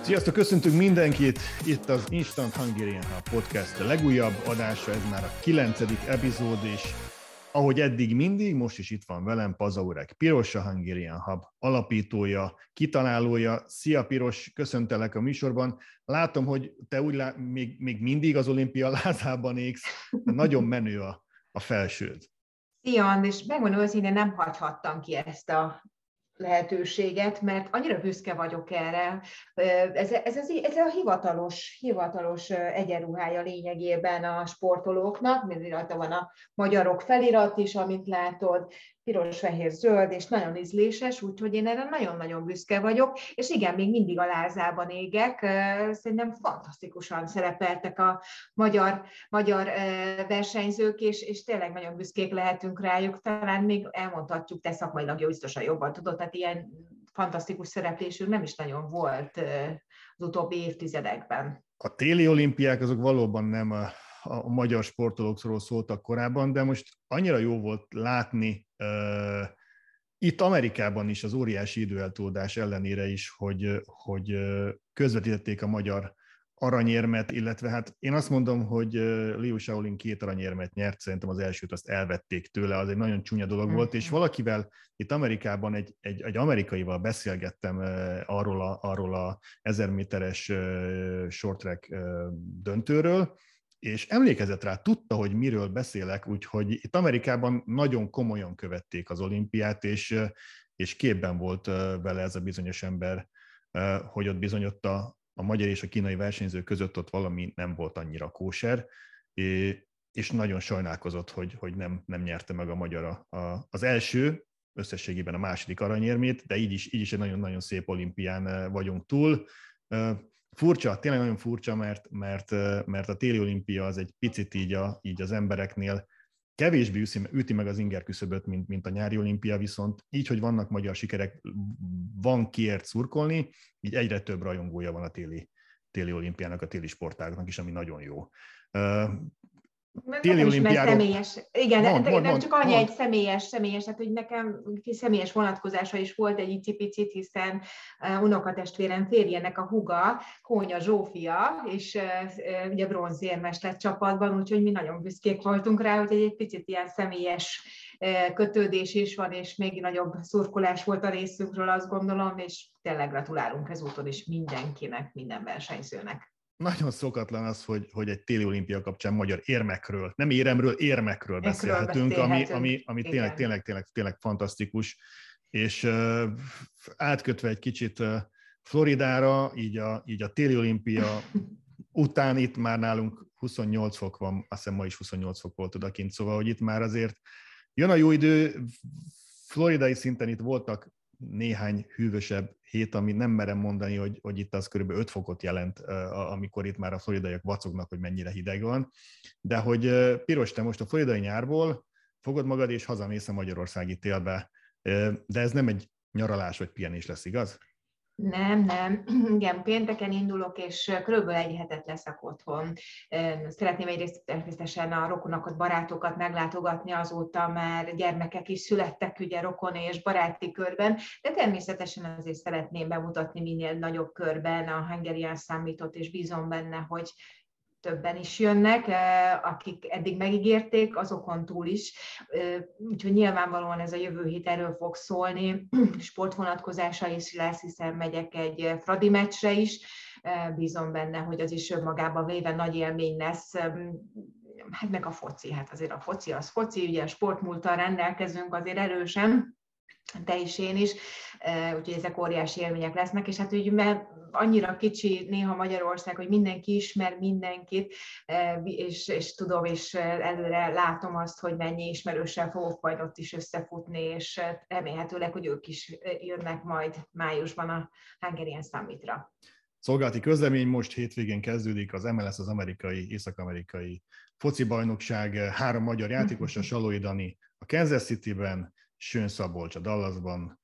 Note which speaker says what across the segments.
Speaker 1: Sziasztok, köszöntünk mindenkit! Itt az Instant Hungarian Hub Podcast legújabb adása, ez már a 9. epizód, és ahogy eddig mindig, most is itt van velem Pazaurek Piros, a Hungarian Hub alapítója, kitalálója. Szia Piros, köszöntelek a műsorban. Látom, hogy te még mindig az olimpia lázában égsz, de nagyon menő a felsőd.
Speaker 2: Szia, Andris, megmondom őszintén, nem hagyhattam ki ezt a lehetőséget, mert annyira büszke vagyok erre. Ez a hivatalos egyenruhája lényegében a sportolóknak, mert rajta van a magyarok felirat is, amit látod, piros, fehér, zöld, és nagyon ízléses, úgyhogy én erre nagyon-nagyon büszke vagyok, és igen, még mindig a lázában égek. Szerintem fantasztikusan szerepeltek a magyar versenyzők, és tényleg nagyon büszkék lehetünk rájuk. Talán még elmondhatjuk, te szakmailag biztosan jobban tudod, tehát ilyen fantasztikus szereplésünk nem is nagyon volt az utóbbi évtizedekben.
Speaker 1: A téli olimpiák azok valóban nem a magyar sportolókról szóltak korábban, de most annyira jó volt látni itt Amerikában is az óriási időeltolódás ellenére is, hogy közvetítették a magyar aranyérmet, illetve hát én azt mondom, hogy Liu Shaolin 2 aranyérmet nyert, szerintem az elsőt azt elvették tőle, az egy nagyon csúnya dolog volt, és valakivel itt Amerikában egy amerikaival beszélgettem arról a 1000 méteres short track döntőről, és emlékezett rá, tudta, hogy miről beszélek, úgyhogy itt Amerikában nagyon komolyan követték az olimpiát, és képben volt vele ez a bizonyos ember, hogy ott bizony ott a magyar és a kínai versenyző között ott valami nem volt annyira kóser, és nagyon sajnálkozott, hogy nem nyerte meg a magyar az első, összességében a második aranyérmét, de így is egy nagyon-nagyon szép olimpián vagyunk túl. Furcsa, tényleg nagyon furcsa, mert a téli olimpia az egy picit így az embereknél kevésbé üti meg az inger küszöböt, mint a nyári olimpia, viszont így, hogy vannak magyar sikerek, van kiért szurkolni, így egyre több rajongója van a téli olimpiának, a téli sportágnak is, ami nagyon jó.
Speaker 2: Téli olimpiáról... személyes. Igen, mond, csak annyi egy személyes, hát hogy nekem személyes vonatkozása is volt egy icipicit, hiszen unokatestvérem férjének a húga, Kónya Zsófia, és ugye bronzérmes lett csapatban, úgyhogy mi nagyon büszkék voltunk rá, hogy egy picit ilyen személyes kötődés is van, és még nagyobb szurkolás volt a részünkről, azt gondolom, és tényleg gratulálunk ezúton is mindenkinek, minden versenyzőnek.
Speaker 1: Nagyon szokatlan az, hogy egy téli olimpia kapcsán magyar érmekről, nem éremről, érmekről beszélhetünk, ami tényleg fantasztikus, és átkötve egy kicsit Floridára, így a téli olimpia után itt már nálunk 28 fok van, azt hiszem ma is 28 fok volt odakint, szóval, hogy itt már azért jön a jó idő, floridai szinten itt voltak néhány hűvösebb hét, ami nem merem mondani, hogy itt az kb. 5 fokot jelent, amikor itt már a floridaiak vacognak, hogy mennyire hideg van. De hogy Piros, te most a floridai nyárból fogod magad és hazamész a magyarországi télbe, de ez nem egy nyaralás vagy pihenés lesz, igaz?
Speaker 2: Nem. Igen, pénteken indulok, és körülbelül egy hetet leszek otthon. Szeretném egyrészt természetesen a rokonokat, barátokat meglátogatni, azóta már gyermekek is születtek, ugye rokoni és baráti körben, de természetesen azért szeretném bemutatni minél nagyobb körben a Hungarian Summitot, és bízom benne, hogy többen is jönnek, akik eddig megígérték, azokon túl is. Úgyhogy nyilvánvalóan ez a jövő hét erről fog szólni. Sportvonatkozása is lesz, hiszen megyek egy Fradi meccsre is. Bízom benne, hogy az is önmagában véve nagy élmény lesz. Hát meg a foci, hát azért a foci az foci, ugye a sportmúlttal rendelkezünk azért erősen, te is, én is, úgyhogy ezek óriási élmények lesznek, és hát úgy, mert annyira kicsi néha Magyarország, hogy mindenki ismer mindenkit, és tudom, és előre látom azt, hogy mennyi ismerőssel fogok majd ott is összefutni, és remélhetőleg, hogy ők is jönnek majd májusban a Hungarian Summitra.
Speaker 1: Szolgálati közlemény, most hétvégén kezdődik az MLS, az észak-amerikai foci bajnokság. 3 magyar játékos, a Salói Dani a Kansas Cityben, Sőn Szabolcs a Dallasban,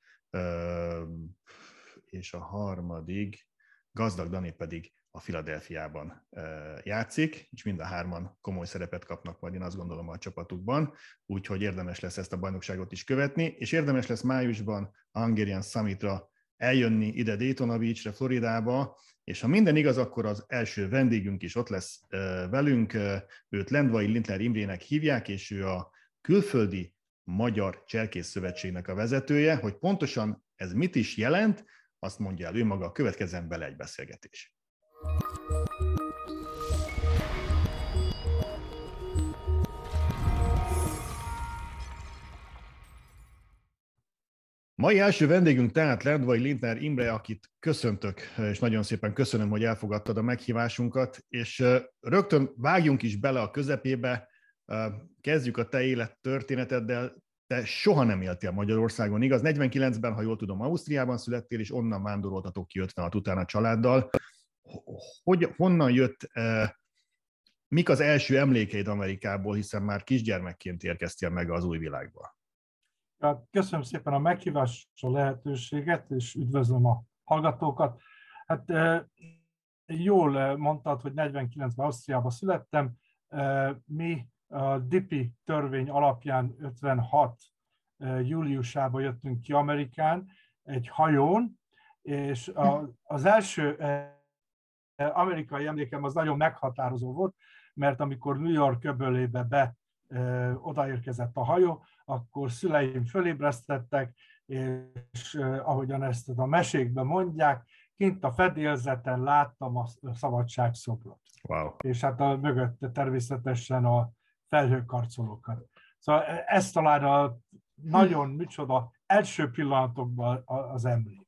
Speaker 1: és a harmadik, Gazdag Dani pedig a Philadelphiában játszik, és mind a 3 komoly szerepet kapnak majd, én azt gondolom, a csapatukban, úgyhogy érdemes lesz ezt a bajnokságot is követni, és érdemes lesz májusban a Hungarian Summitra eljönni ide Daytona Beachre, Floridába, és ha minden igaz, akkor az első vendégünk is ott lesz velünk. Őt Lendvai Lindner Imrének hívják, és ő a Külföldi Magyar Cserkész Szövetségnek a vezetője. Hogy pontosan ez mit is jelent, azt mondja el ő maga, következzen bele egy beszélgetés. Mai első vendégünk tehát Lendvai Lindner Imre, akit köszöntök, és nagyon szépen köszönöm, hogy elfogadtad a meghívásunkat, és rögtön vágjunk is bele a közepébe, kezdjük a te élettörténeteddel. Te soha nem éltél Magyarországon, igaz? 49-ben, ha jól tudom, Ausztriában születtél, és onnan vándoroltatok ki 56 után a családdal. Honnan jött, mik az első emlékeid Amerikából, hiszen már kisgyermekként érkeztél meg az új világba?
Speaker 3: Köszönöm szépen a meghívást, a lehetőséget, és üdvözlöm a hallgatókat. Hát jól mondtad, hogy 49-ben Ausztriában születtem. Mi a DIPI törvény alapján 56 júliusában jöttünk ki Amerikán egy hajón, és az első amerikai emlékem az nagyon meghatározó volt, mert amikor New York öbölébe odaérkezett a hajó, akkor szüleim fölébresztettek, és ahogyan ezt a mesékben mondják, kint a fedélzeten láttam a szabadságszobrot.
Speaker 1: Wow.
Speaker 3: És hát mögötte természetesen a felhőkarcolókat. Szóval ez talán a nagyon micsoda első pillanatokban az emlék.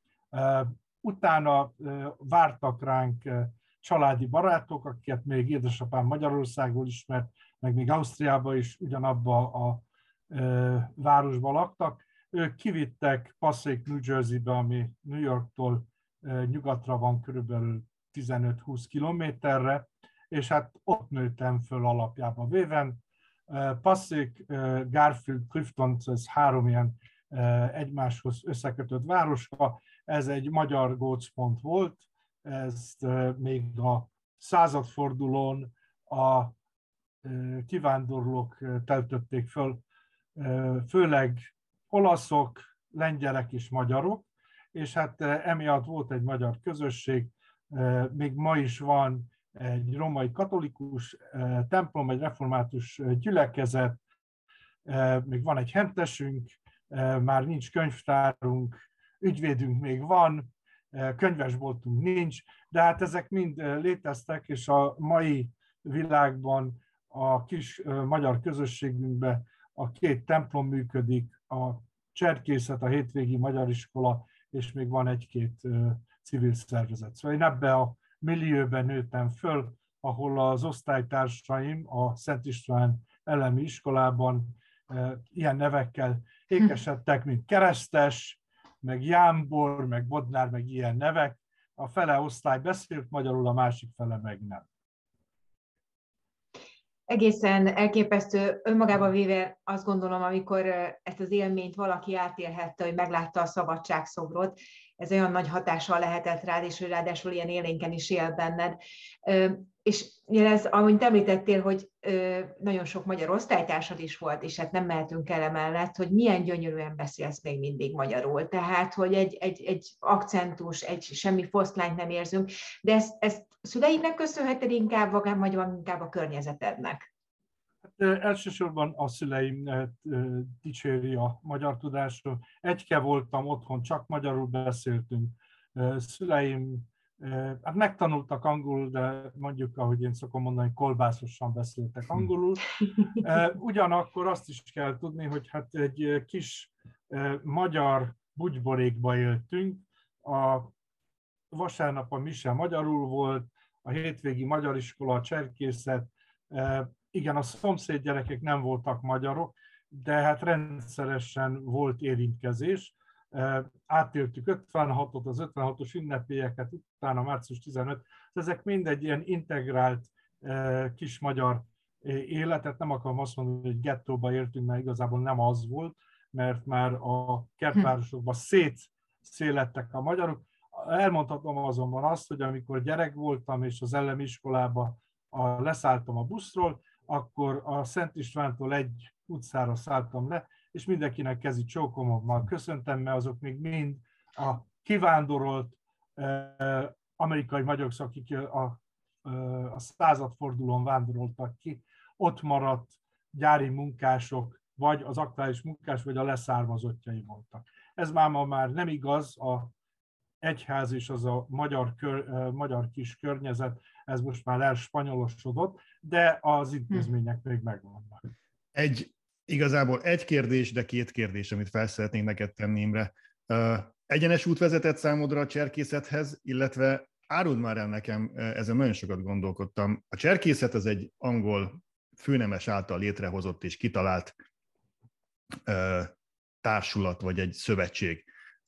Speaker 3: Utána vártak ránk családi barátok, akiket még édesapám Magyarországról ismert, meg még Ausztriában is ugyanabba a városban laktak. Ők kivittek Passaic, New Jerseybe, ami New Yorktól nyugatra van körülbelül 15-20 kilométerre, és hát ott nőttem föl alapjába véven. Passaic, Garfield, Clifton, ez 3 ilyen egymáshoz összekötött városka, ez egy magyar gócpont volt, ezt még a századfordulón a kivándorlók töltötték föl, főleg olaszok, lengyelek és magyarok, és hát emiatt volt egy magyar közösség, még ma is van egy római katolikus templom, egy református gyülekezet, még van egy hentesünk, már nincs könyvtárunk, ügyvédünk még van, könyvesboltunk nincs, de hát ezek mind léteztek, és a mai világban a kis magyar közösségünkben a 2 templom működik, a cserkészet, a hétvégi magyar iskola, és még van egy-két civil szervezet. Szóval én ebbe a millióben nőttem föl, ahol az osztálytársaim a Szent István elemi iskolában ilyen nevekkel ékesedtek, mint Keresztes, meg Jámbor, meg Bodnár, meg ilyen nevek. A fele osztály beszélt magyarul, a másik fele meg nem.
Speaker 2: Egészen elképesztő, önmagában véve azt gondolom, amikor ezt az élményt valaki átélhette, hogy meglátta a szabadságszobrot, ez olyan nagy hatással lehetett rád, és hogy ráadásul ilyen élénken is él benned. És ez, amit említettél, hogy nagyon sok magyar osztálytársad is volt, és hát nem mehetünk el emellett, hogy milyen gyönyörűen beszélsz még mindig magyarul. Tehát, hogy egy akcentus, egy semmi foszlányt nem érzünk, de ezt szüleidnek köszönheted inkább, vagy inkább a környezetednek?
Speaker 3: Hát, elsősorban a szüleim dicséri a magyar tudásról. Egyke voltam otthon, csak magyarul beszéltünk. Szüleim hát megtanultak angolul, de mondjuk, ahogy én szokom mondani, kolbászosan beszéltek angolul. Ugyanakkor azt is kell tudni, hogy hát egy kis magyar bugyborékba éltünk. A vasárnap a mise magyarul volt, a hétvégi magyar iskola, a cserkészet. Igen, a szomszéd gyerekek nem voltak magyarok, de hát rendszeresen volt érintkezés. Átéltük 56-ot, az 56-os ünnepélyeket, utána március 15, ezek mind egy ilyen integrált kis magyar életet, nem akarom azt mondani, hogy gettóba éltünk, mert igazából nem az volt, mert már a kertvárosokban szétszélettek a magyarok. Elmondhatom azonban azt, hogy amikor gyerek voltam, és az elemi iskolába leszálltam a buszról, akkor a Szent Istvántól egy utcára szálltam le, és mindenkinek kezi csókommal köszöntem, mert azok még mind a kivándorolt amerikai magyarok, akik a századfordulón vándoroltak ki, ott maradt gyári munkások, vagy az aktuális munkás, vagy a leszármazottjai voltak. Ez már nem igaz, a egyház és az a magyar kis környezet, ez most már elspanyolosodott, de az intézmények még megvannak.
Speaker 1: Igazából egy kérdés, de két kérdés, amit fel szeretnénk neked tenni, Imre. Egyenes út vezetett számodra a cserkészethez, illetve áruld már el nekem, ezen nagyon sokat gondolkodtam. A cserkészet az egy angol főnemes által létrehozott és kitalált társulat, vagy egy szövetség.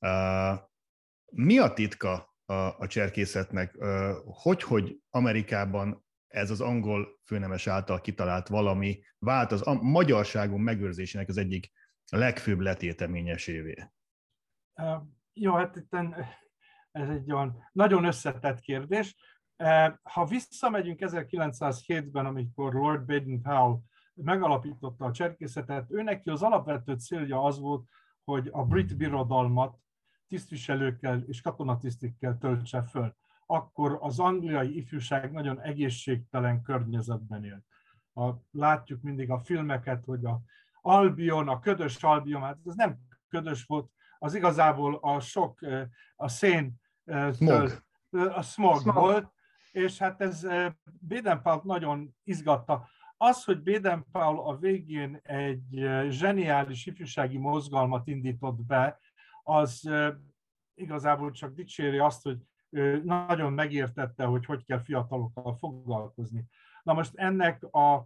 Speaker 1: Mi a titka a cserkészetnek? Hogy Amerikában ez az angol főnemes által kitalált valami vált az a magyarságon megőrzésének az egyik legfőbb letéteményesévé?
Speaker 3: Jó, hát itt ez egy olyan nagyon összetett kérdés. Ha visszamegyünk 1907-ben, amikor Lord Baden-Powell megalapította a cserkészetet, őneki az alapvető célja az volt, hogy a brit birodalmat tisztviselőkkel és katonatisztikkel töltse föl. Akkor az angliai ifjúság nagyon egészségtelen környezetben élt. Látjuk mindig a filmeket, hogy a Albion, a ködös Albion, hát ez nem ködös volt, az igazából a szén, a smog volt, és hát ez Baden-Powell nagyon izgatta. Az, hogy Baden-Powell a végén egy zseniális ifjúsági mozgalmat indított be, az igazából csak dicséri azt, hogy nagyon megértette, hogy kell fiatalokkal foglalkozni. Na most ennek a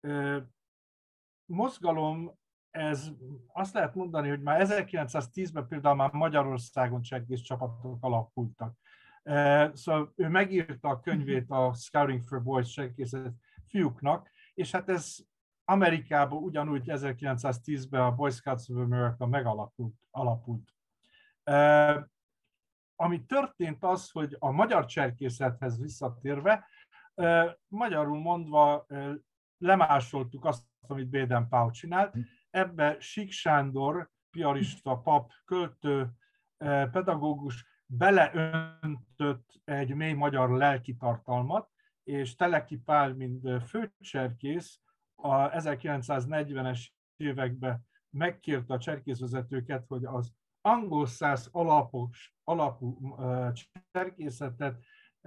Speaker 3: mozgalom, ez azt lehet mondani, hogy már 1910-ben például már Magyarországon cserkész csapatok alakultak. Szóval ő megírta a könyvét a Scouting for Boys cserkészet fiúknak, és hát ez Amerikában ugyanúgy 1910-ben a Boy Scouts of America megalapult. Ami történt az, hogy a magyar cserkészethez visszatérve, magyarul mondva lemásoltuk azt, amit Baden-Powell csinált. Ebbe Sík Sándor, piarista, pap, költő, pedagógus beleöntött egy mély magyar lelkitartalmat, és Teleki Pál, mint főcserkész, a 1940-es években megkérte a cserkészvezetőket, hogy az angol száz alapú cserkészetet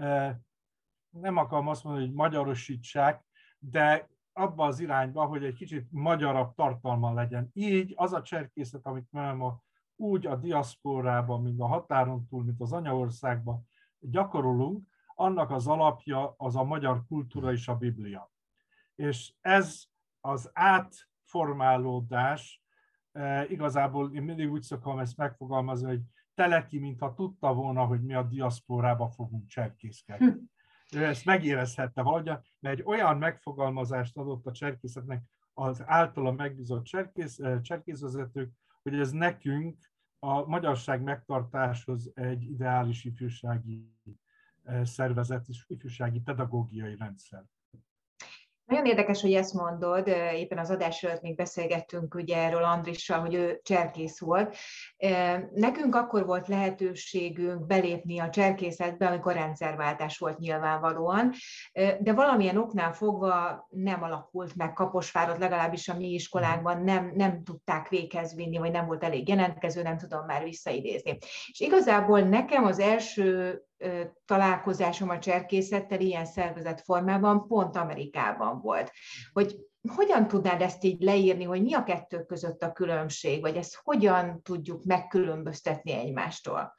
Speaker 3: nem akarom azt mondani, hogy magyarosítsák, de abba az irányba, hogy egy kicsit magyarabb tartalma legyen. Így az a cserkészet, amit úgy a diaszporában, mint a határon túl, mint az anyaországban gyakorolunk, annak az alapja az a magyar kultúra és a Biblia. És ez az átformálódás, igazából én mindig úgy szoktam ezt megfogalmazni, hogy Teleki, mintha tudta volna, hogy mi a diaszporába fogunk cserkészkedni. Ő ezt megérezhette valahogy, mert egy olyan megfogalmazást adott a cserkészetnek az általa megbízott cserkészvezetők, hogy ez nekünk a magyarság megtartáshoz egy ideális ifjúsági szervezet és ifjúsági pedagógiai rendszer.
Speaker 2: Nagyon érdekes, hogy ezt mondod, éppen az adás előtt még beszélgettünk ugye erről Andrissal, hogy ő cserkész volt. Nekünk akkor volt lehetőségünk belépni a cserkészetbe, amikor rendszerváltás volt nyilvánvalóan, de valamilyen oknál fogva nem alakult meg Kaposvárot, legalábbis a mi iskolánkban nem tudták véghez vinni, vagy nem volt elég jelentkező, nem tudom már visszaidézni. És igazából nekem az első találkozásom a cserkészettel ilyen szervezett formában pont Amerikában volt. Hogy hogyan tudnád ezt így leírni, hogy mi a kettő között a különbség, vagy ezt hogyan tudjuk megkülönböztetni egymástól?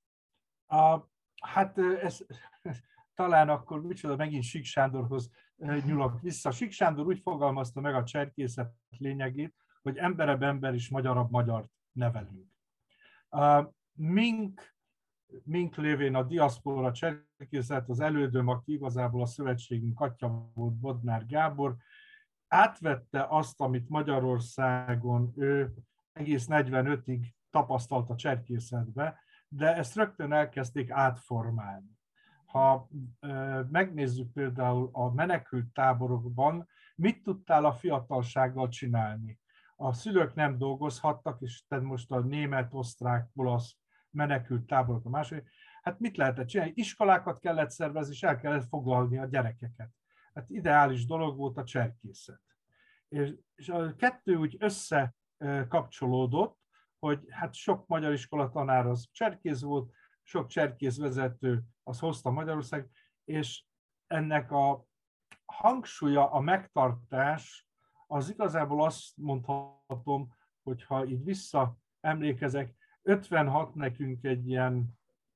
Speaker 3: Hát ez talán akkor megint Sík Sándorhoz nyúlok vissza. Sík Sándor úgy fogalmazta meg a cserkészet lényegét, hogy emberebb ember és magyarabb magyart nevelünk. Mink lévén a diaszpora cserkészet, az elődöm, aki igazából a szövetségünk atya volt, Bodnár Gábor, átvette azt, amit Magyarországon ő egész 45-ig tapasztalt a cserkészetbe, de ezt rögtön elkezdték átformálni. Ha megnézzük például a menekült táborokban, mit tudtál a fiatalsággal csinálni? A szülők nem dolgozhattak, és te most a német, osztrák, olasz menekült táborok a második. Hát mit lehetett csinálni? Iskolákat kellett szervezni, és el kellett foglalni a gyerekeket. Hát ideális dolog volt a cserkészet. És a kettő úgy összekapcsolódott, hogy hát sok magyar iskola tanár az cserkész volt, sok cserkészvezető az hozta Magyarország, és ennek a hangsúlya, a megtartás, az igazából azt mondhatom, hogy ha így visszaemlékezek, 56 nekünk egy ilyen,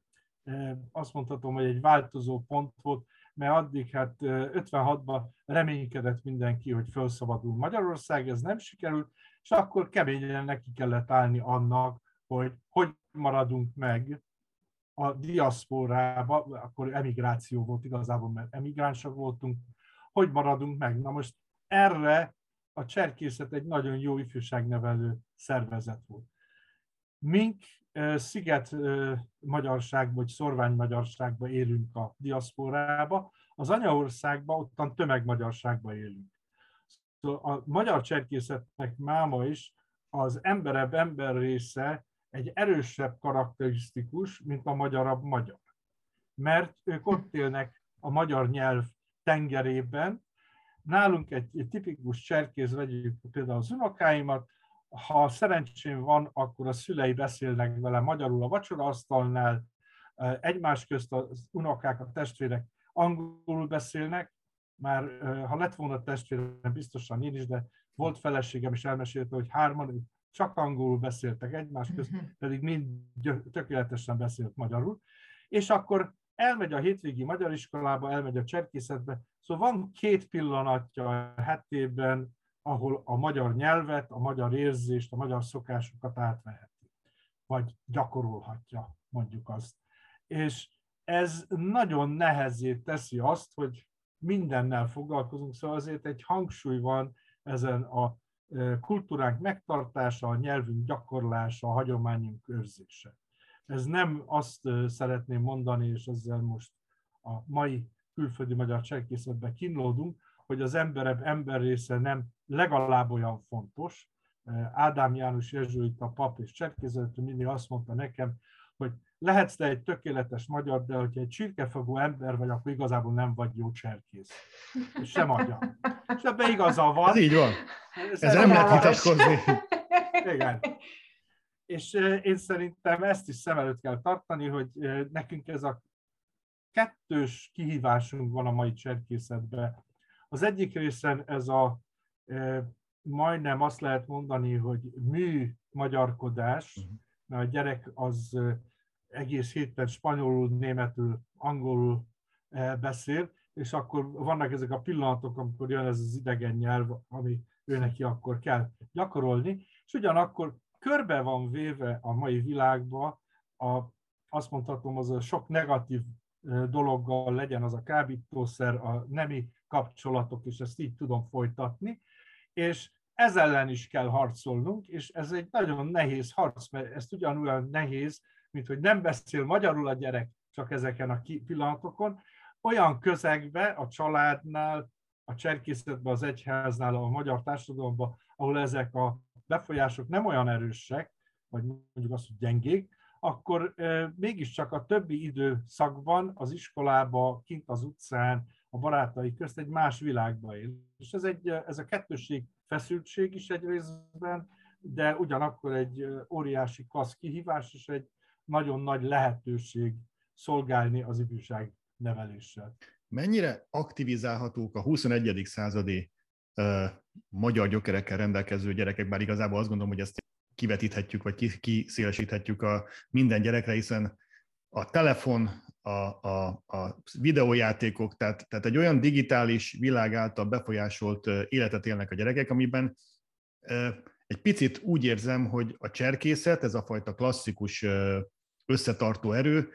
Speaker 3: azt mondhatom, hogy egy változó pont volt, mert addig hát 56-ban reménykedett mindenki, hogy felszabadul Magyarország, ez nem sikerült, és akkor keményen neki kellett állni annak, hogy maradunk meg a diaszporába, akkor emigráció volt igazából, mert emigránsok voltunk, hogy maradunk meg. Na most erre a cserkészet egy nagyon jó ifjúságnevelő szervezet volt. Mink sziget magyarságban, vagy szorvány magyarságban élünk a diaszporába, az anyaországban ottan tömegmagyarságban élünk. A magyar cserkészetnek máma is az emberebb ember része egy erősebb karakterisztikus, mint a magyarabb magyar. Mert ők ott élnek a magyar nyelv tengerében. Nálunk egy tipikus cserkész, vegyük például az unokáimat, ha szerencsém van, akkor a szülei beszélnek vele magyarul a vacsoraasztalnál, egymás közt az unokák, a testvérek angolul beszélnek, már ha lett volna testvérem, biztosan én is, de volt feleségem, és elmesélte, hogy hárman csak angolul beszéltek egymás közt, pedig mind tökéletesen beszélt magyarul, és akkor elmegy a hétvégi magyar iskolába, elmegy a cserkészetbe, szóval van 2 pillanatja a hetében, ahol a magyar nyelvet, a magyar érzést, a magyar szokásokat átveheti, vagy gyakorolhatja, mondjuk azt. És ez nagyon nehezé teszi azt, hogy mindennel foglalkozunk, szóval azért egy hangsúly van ezen a kultúránk megtartása, a nyelvünk gyakorlása, a hagyományunk őrzése. Ez nem azt szeretném mondani, és ezzel most a mai külföldi magyar cserkészetben kínlódunk, hogy az emberebb emberrésze nem legalább olyan fontos. Ádám János jezsuita pap és cserkészvető mindig azt mondta nekem, hogy lehetsz te egy tökéletes magyar, de hogyha egy csirkefogó ember vagy, akkor igazából nem vagy jó cserkész. És sem magyar. És ebben igaza van.
Speaker 1: Ez így van. Ez nem lehet vitatkozni.
Speaker 3: Igen. És én szerintem ezt is szem előtt kell tartani, hogy nekünk ez a kettős kihívásunk van a mai cserkészetben. Az egyik részen ez a majdnem azt lehet mondani, hogy mű magyarkodás, mert a gyerek az egész héten spanyolul, németül, angolul beszél, és akkor vannak ezek a pillanatok, amikor jön ez az idegen nyelv, ami ő neki akkor kell gyakorolni, és ugyanakkor körbe van véve a mai világban, azt mondhatom, az a sok negatív dologgal, legyen az a kábítószer, a nemi kapcsolatok, és ezt így tudom folytatni, és ez ellen is kell harcolnunk, és ez egy nagyon nehéz harc, mert ezt ugyanolyan nehéz, mint hogy nem beszél magyarul a gyerek csak ezeken a pillanatokon, olyan közegbe, a családnál, a cserkészetben, az egyháznál, a magyar társadalomban, ahol ezek a befolyások nem olyan erősek, vagy mondjuk azt, hogy gyengék, akkor mégiscsak a többi időszakban, az iskolában, kint az utcán, a barátai közt egy más világba él. És ez a kettősség feszültség is egy részben, de ugyanakkor egy óriási klassz kihívás, és egy nagyon nagy lehetőség szolgálni az ifjúság neveléssel. Mennyire
Speaker 1: aktivizálhatók a 21. századi magyar gyökerekkel rendelkező gyerekek, bár igazából azt gondolom, hogy ezt kivetíthetjük, vagy kiszélesíthetjük a minden gyerekre, hiszen a telefon, a videójátékok, tehát egy olyan digitális világ által befolyásolt életet élnek a gyerekek, amiben egy picit úgy érzem, hogy a cserkészet, ez a fajta klasszikus összetartó erő,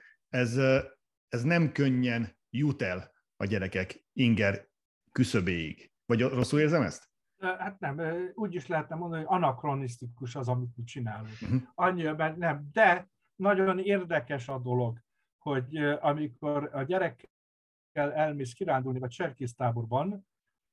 Speaker 1: ez nem könnyen jut el a gyerekek inger küszöbéig. Vagy rosszul érzem ezt?
Speaker 3: Hát nem, úgy is lehetne mondani, hogy anakronisztikus az, amit mi csinálunk. Annyira nem, de nagyon érdekes a dolog, hogy amikor a gyerekkel elmész kirándulni, vagy cserkésztáborban,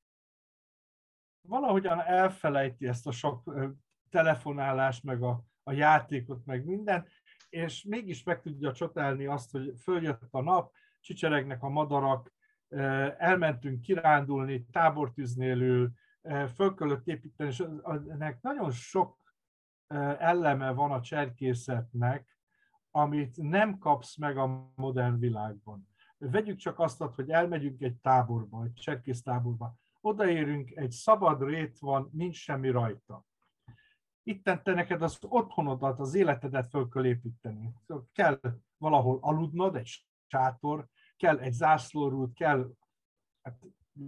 Speaker 3: valahogyan elfelejti ezt a sok telefonálást, meg a játékot, meg minden, és mégis meg tudja csodálni azt, hogy följött a nap, csicseregnek a madarak, elmentünk kirándulni, tábortűznél föl kellett építeni, és ennek nagyon sok eleme van a cserkészetnek, amit nem kapsz meg a modern világban. Vegyük csak azt, hogy elmegyünk egy táborba, egy cserkésztáborba, odaérünk, egy szabad rét van, nincs semmi rajta. Itten te neked az otthonodat, az életedet föl kell építeni. Kell valahol aludnod, egy sátor, kell egy zászlórút, kell, hát,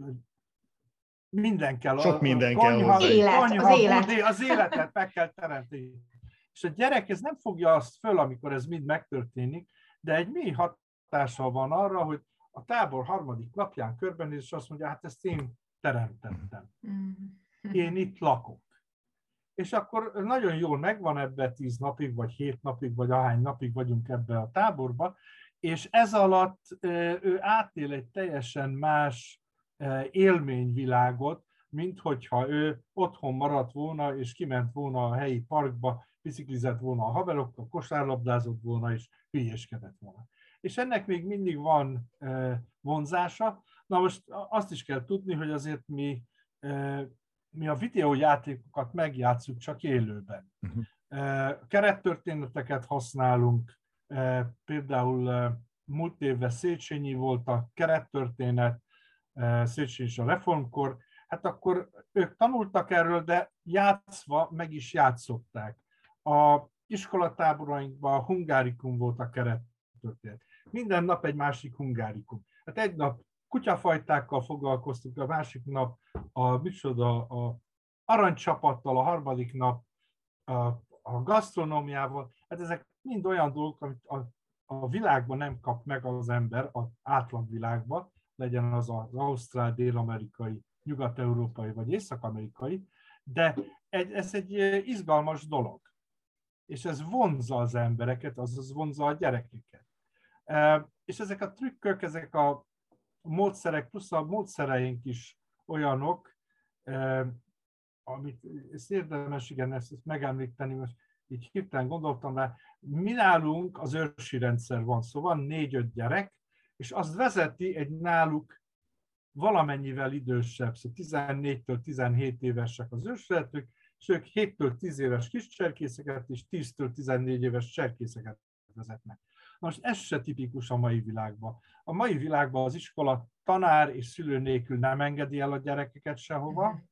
Speaker 3: minden kell.
Speaker 1: Sok minden kell hozzá.
Speaker 3: Az életet meg kell teremteni. És a gyerek ez nem fogja azt föl, amikor ez mind megtörténik, de egy mély hatással van arra, hogy a tábor harmadik napján körbenéz, és azt mondja, hát ezt én teremtettem. Én itt lakok. És akkor nagyon jól megvan ebbe 10 napig, vagy 7 napig, vagy ahány napig vagyunk ebbe a táborba, és ez alatt ő átél egy teljesen más élményvilágot, mint hogyha ő otthon maradt volna, és kiment volna a helyi parkba, biciklizett volna a haverokkal, kosárlabdázott volna, és hülyéskedett volna. És ennek még mindig van vonzása. Na most azt is kell tudni, hogy azért mi a videójátékokat megjátszunk csak élőben. Kerettörténeteket használunk, például múlt évben Széchenyi volt a kerettörténet, Széchenyi és a reformkor, hát akkor ők tanultak erről, de játszva meg is játszották. A iskolatáborainkban a hungárikum volt a kerettörténet. Minden nap egy másik hungárikum. Hát egy nap kutyafajtákkal foglalkoztunk, a másik nap a aranycsapattal, a harmadik nap a gasztronómiával. Hát ezek mind olyan dolgok, amit a világban nem kap meg az ember, az átlagvilágban, legyen az az ausztrál, dél-amerikai, nyugat-európai vagy észak-amerikai, de ez egy izgalmas dolog. És ez vonzza az embereket, azaz vonzza a gyerekeket. És ezek a trükkök, ezek a módszerek, plusz a módszereink is olyanok, amit ezt érdemes, igen, ezt megemlíteni, most így hirtelen gondoltam rá, mi nálunk az őrsi rendszer van, szóval van 4-5 gyerek, és azt vezeti egy náluk valamennyivel idősebb, szóval 14-től 17 évesek az ősvezetők, és ők 7-től 10 éves kis cserkészeket és 10-től 14 éves cserkészeket vezetnek. Na most ez se tipikus a mai világban. A mai világban az iskola tanár és szülő nélkül nem engedi el a gyerekeket sehova.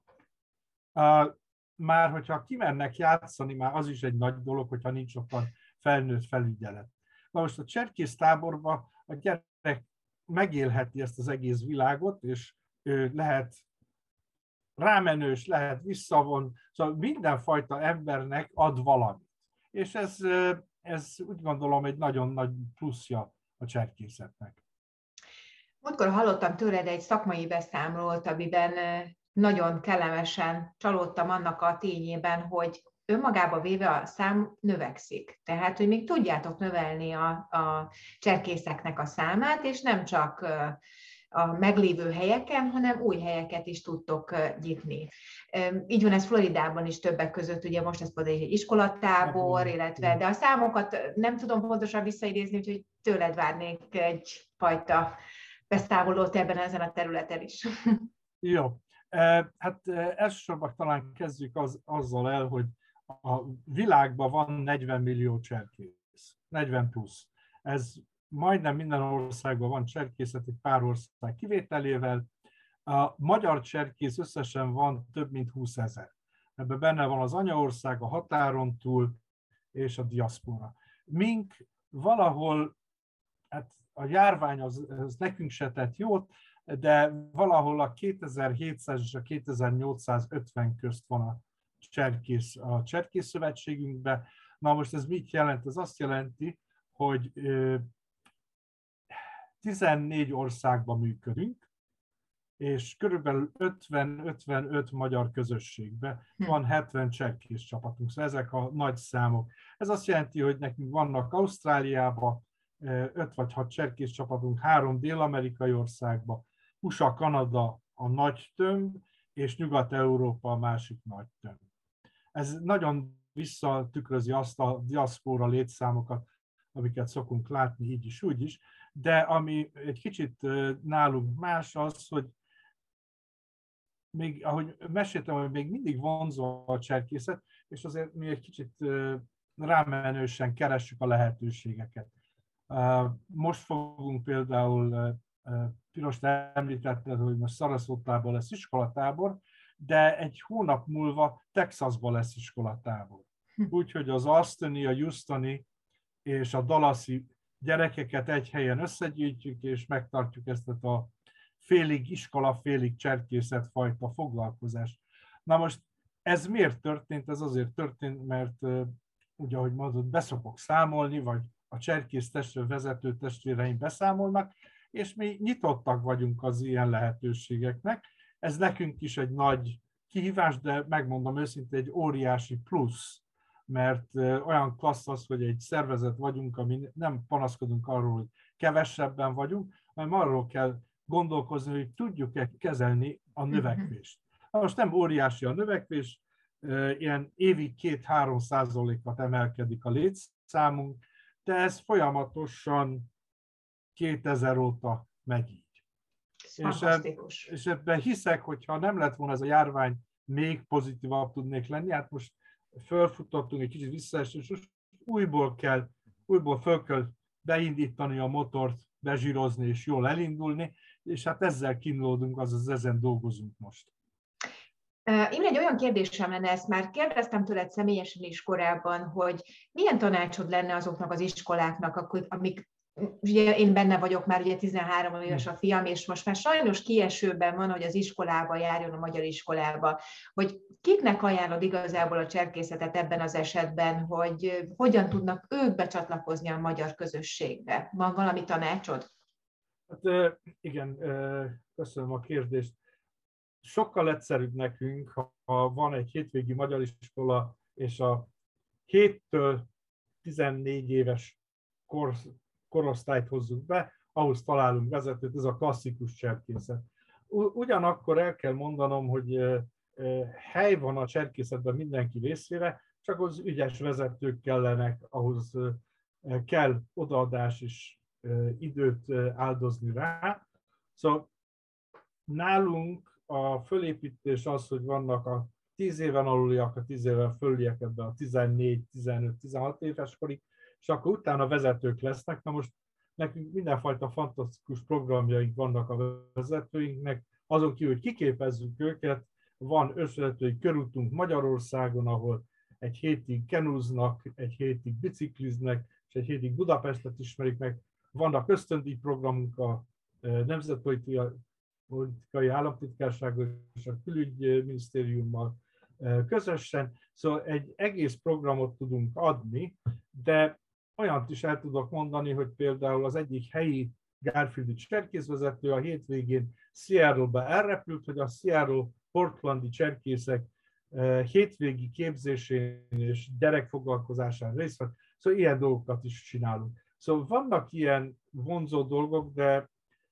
Speaker 3: Már hogyha kimennek játszani, már az is egy nagy dolog, hogyha nincs ottan felnőtt felügyelet. Na most a cserkésztáborban a gyerek megélheti ezt az egész világot, és lehet rámenős, lehet visszavon, szóval mindenfajta embernek ad valamit. És ez úgy gondolom egy nagyon nagy pluszja a cserkészetnek.
Speaker 2: Múltkor hallottam tőled egy szakmai beszámolót, amiben nagyon kellemesen csalódtam annak a tényében, hogy önmagába véve a szám növekszik. Tehát, hogy még tudjátok növelni a cserkészeknek a számát, és nem csak a meglévő helyeken, hanem új helyeket is tudtok nyitni. Így van ez Floridában is többek között, ugye most ez például egy iskolatábor, illetve, de a számokat nem tudom pontosan visszaidézni, úgyhogy tőled várnék egyfajta beszámolót ezen a területen is.
Speaker 3: Jó. Hát elsősorban talán kezdjük azzal el, hogy a világban van 40 millió cserkész, 40 plusz. Ez majdnem minden országban van cserkészet, egy pár ország kivételével. A magyar cserkész összesen van több mint 20 000. Ebben benne van az anyaország, a határon túl és a diaszpora. Mink valahol, hát a járvány az nekünk se tett jót, de valahol a 2700 és a 2850 közt van a Cserkész Szövetségünkben. Na most ez mit jelent? Ez azt jelenti, hogy 14 országban működünk, és körülbelül 50-55 magyar közösségben van 70 cserkész csapatunk. Szóval ezek a nagy számok. Ez azt jelenti, hogy nekünk vannak Ausztráliában 5 vagy 6 cserkész csapatunk, 3 dél-amerikai országban, USA, Kanada a nagy tömb, és Nyugat-Európa a másik nagy tömb. Ez nagyon visszatükrözi azt a diaszpóra létszámokat, amiket szokunk látni így is, úgy is, de ami egy kicsit nálunk más az, hogy még, ahogy meséltem, hogy még mindig vonzó a cserkészet, és azért mi egy kicsit rámenősen keressük a lehetőségeket. Most fogunk például, Piros említetted, hogy most Sarasotában lesz iskolatábor, de egy hónap múlva Texasban lesz iskolatábor. Úgyhogy az Austoni, a Houstoni és a Dallasi gyerekeket egy helyen összegyűjtjük, és megtartjuk ezt a félig iskola, félig cserkészet fajta foglalkozást. Na most ez miért történt? Ez azért történt, mert ugye, ahogy mondod, beszokok számolni, vagy a cserkész vezető testvéreim beszámolnak, és mi nyitottak vagyunk az ilyen lehetőségeknek. Ez nekünk is egy nagy kihívás, de megmondom őszintén, egy óriási plusz, mert olyan klassz az, hogy egy szervezet vagyunk, ami nem panaszkodunk arról, hogy kevesebben vagyunk, hanem arról kell gondolkozni, hogy tudjuk-e kezelni a növekvést. Most nem óriási a növekvés, ilyen évi 2-3%-at emelkedik a létszámunk, de ez folyamatosan 2000 óta megy így. És ebben hiszek, hogyha nem lett volna ez a járvány, még pozitívabb tudnék lenni. Hát most fölfutottunk, egy kicsit visszaesés, és újból föl kell beindítani a motort, bezsírozni és jól elindulni, és hát ezzel kínlódunk, azaz ezen dolgozunk most.
Speaker 2: Imre, egy olyan kérdésem lenne, ezt már kérdeztem tőled személyesen is korábban, hogy milyen tanácsod lenne azoknak az iskoláknak, amik, ugye én benne vagyok már, ugye 13 éves a fiam, és most már sajnos kiesőben van, hogy az iskolába járjon, a magyar iskolába, hogy kiknek ajánlod igazából a cserkészetet ebben az esetben, hogy hogyan tudnak ők becsatlakozni a magyar közösségbe? Van valami tanácsod?
Speaker 3: Hát igen, köszönöm a kérdést. Sokkal egyszerűbb nekünk, ha van egy hétvégi magyar iskola, és a 7-től 14 éves korosztályt hozzuk be, ahhoz találunk vezetőt, ez a klasszikus cserkészet. Ugyanakkor el kell mondanom, hogy hely van a cserkészetben mindenki részére, csak az ügyes vezetők kellenek, ahhoz kell odaadás és időt áldozni rá. Szóval nálunk a fölépítés az, hogy vannak a 10 éven aluliak, a 10 éven fölüliek ebben a 14, 15, 16 éves korig, és akkor utána vezetők lesznek. Na most nekünk mindenfajta fantasztikus programjaink vannak a vezetőinknek, azon kívül, hogy kiképezzük őket, van ösvezetői körútunk Magyarországon, ahol egy hétig kenúznak, egy hétig bicikliznek, és egy hétig Budapestet ismerik meg. Vannak ösztöndíj programunk a Nemzetpolitikai Államtitkársággal és a Külügyminisztériummal közösen. Szóval egy egész programot tudunk adni, de olyant is el tudok mondani, hogy például az egyik helyi Garfieldi cserkészvezető a hétvégén Seattle-be elrepült, hogy a Seattle-Portlandi cserkészek hétvégi képzésén és gyerekfoglalkozásán részt vett. Szóval ilyen dolgokat is csinálunk. Szóval vannak ilyen vonzó dolgok, de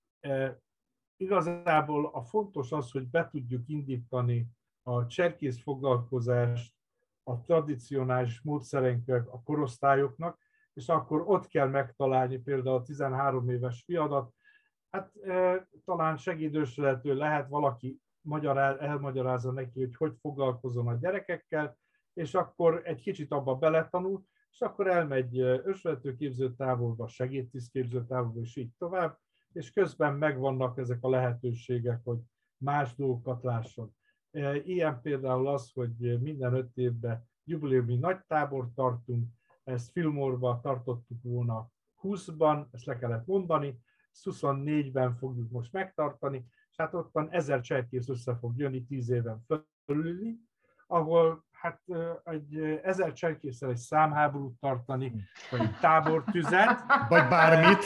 Speaker 3: igazából a fontos az, hogy be tudjuk indítani a cserkész foglalkozást a tradicionális módszereinkkel a korosztályoknak, és akkor ott kell megtalálni például a 13 éves fiadat. Hát talán segédősülető lehet, valaki elmagyarázza neki, hogy foglalkozzon a gyerekekkel, és akkor egy kicsit abba beletanul, és akkor elmegy ösvezetőképző táborba, segédtisztképző táborba, és így tovább, és közben megvannak ezek a lehetőségek, hogy más dolgokat lásson. Ilyen például az, hogy minden 5 évben jubileumi nagy tábort tartunk, ezt Fillmore-ban tartottuk volna 20-ban, ezt le kellett mondani, ezt 24-ben fogjuk most megtartani, és hát ottan 1000 cserkész össze fog jönni 10 éven fölüli, ahol hát egy 1000 cserkésszel egy számháborút tartani, vagy egy tábortüzet.
Speaker 1: Vagy bármit.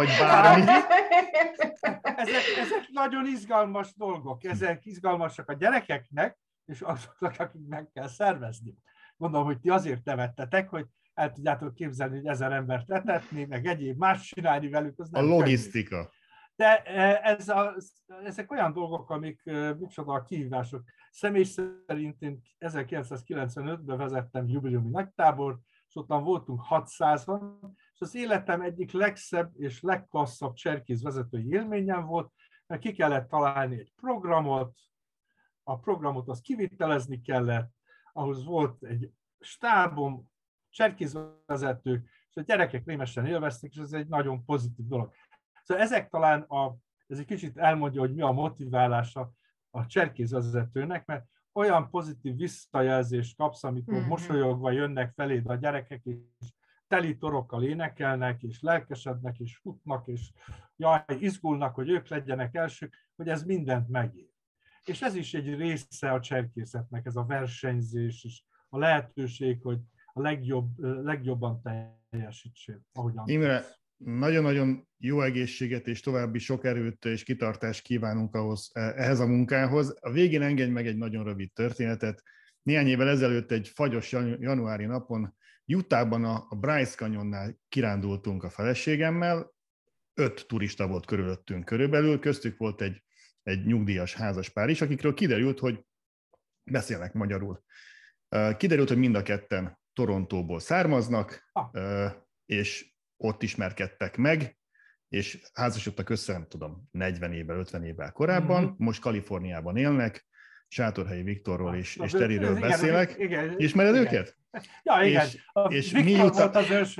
Speaker 3: Ezek nagyon izgalmas dolgok, ezek izgalmasak a gyerekeknek, és azoknak, akik meg kell szervezni. Gondolom, hogy ti azért nevettetek, hogy el tudjátok képzelni, hogy 1000 embert letetni, meg egyéb más csinálni velük. Az nem
Speaker 1: a logisztika.
Speaker 3: Könnyű. De ezek olyan dolgok, amik micsoda a kihívások. Személy szerint én 1995-ben vezettem jubileumi nagytábort, és ottan voltunk 600-an, és az életem egyik legszebb és legklasszabb cserkészvezetői élményem volt, mert ki kellett találni egy programot, a programot azt kivitelezni kellett, ahhoz volt egy stábom, cserkészvezetők, és a gyerekek rémesen élvezték, és ez egy nagyon pozitív dolog. Szóval ezek talán, ez egy kicsit elmondja, hogy mi a motiválása a cserkészvezetőnek, mert olyan pozitív visszajelzést kapsz, amikor mosolyogva jönnek feléd a gyerekek, és teli torokkal énekelnek, és lelkesednek, és futnak, és jaj, izgulnak, hogy ők legyenek elsők, hogy ez mindent megér. És ez is egy része a cserkészetnek, ez a versenyzés, és a lehetőség, hogy a legjobban teljesítsél, ahogyan.
Speaker 1: Imre, nagyon-nagyon jó egészséget és további sok erőt és kitartást kívánunk ehhez a munkához. A végén engedj meg egy nagyon rövid történetet. Néhány évvel ezelőtt egy fagyos januári napon Utahban a Bryce Canyonnál kirándultunk a feleségemmel, 5 turista volt körülöttünk körülbelül, köztük volt egy nyugdíjas házaspár is, akikről kiderült, hogy beszélnek magyarul. Kiderült, hogy mind a ketten Torontóból származnak, és ott ismerkedtek meg, és házasodtak össze, nem tudom, 40 évvel, 50 évvel korábban, most Kaliforniában élnek, Sátorhelyi Viktorról és Teriről beszélek.
Speaker 3: Igen,
Speaker 1: ismered őket?
Speaker 3: Ja, igen.
Speaker 1: És
Speaker 3: Viktor volt az első.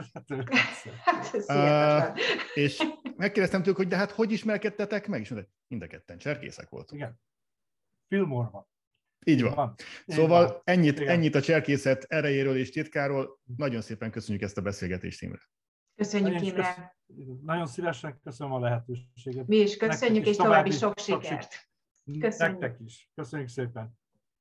Speaker 1: És megkérdeztem tőlük, hogy de hát hogy ismerkedtetek meg? És mondta, mind a ketten cserkészek voltunk.
Speaker 3: Igen. Fillmore-ban.
Speaker 1: Így van. Szóval ennyit a cserkészet erejéről és titkáról. Nagyon szépen köszönjük ezt a beszélgetést, Imre.
Speaker 2: Köszönjük, Imre.
Speaker 3: Nagyon szívesen köszönöm a lehetőséget.
Speaker 2: Mi is köszönjük, és további sok sikert.
Speaker 3: Köszönjük. Nektek is. Köszönjük szépen.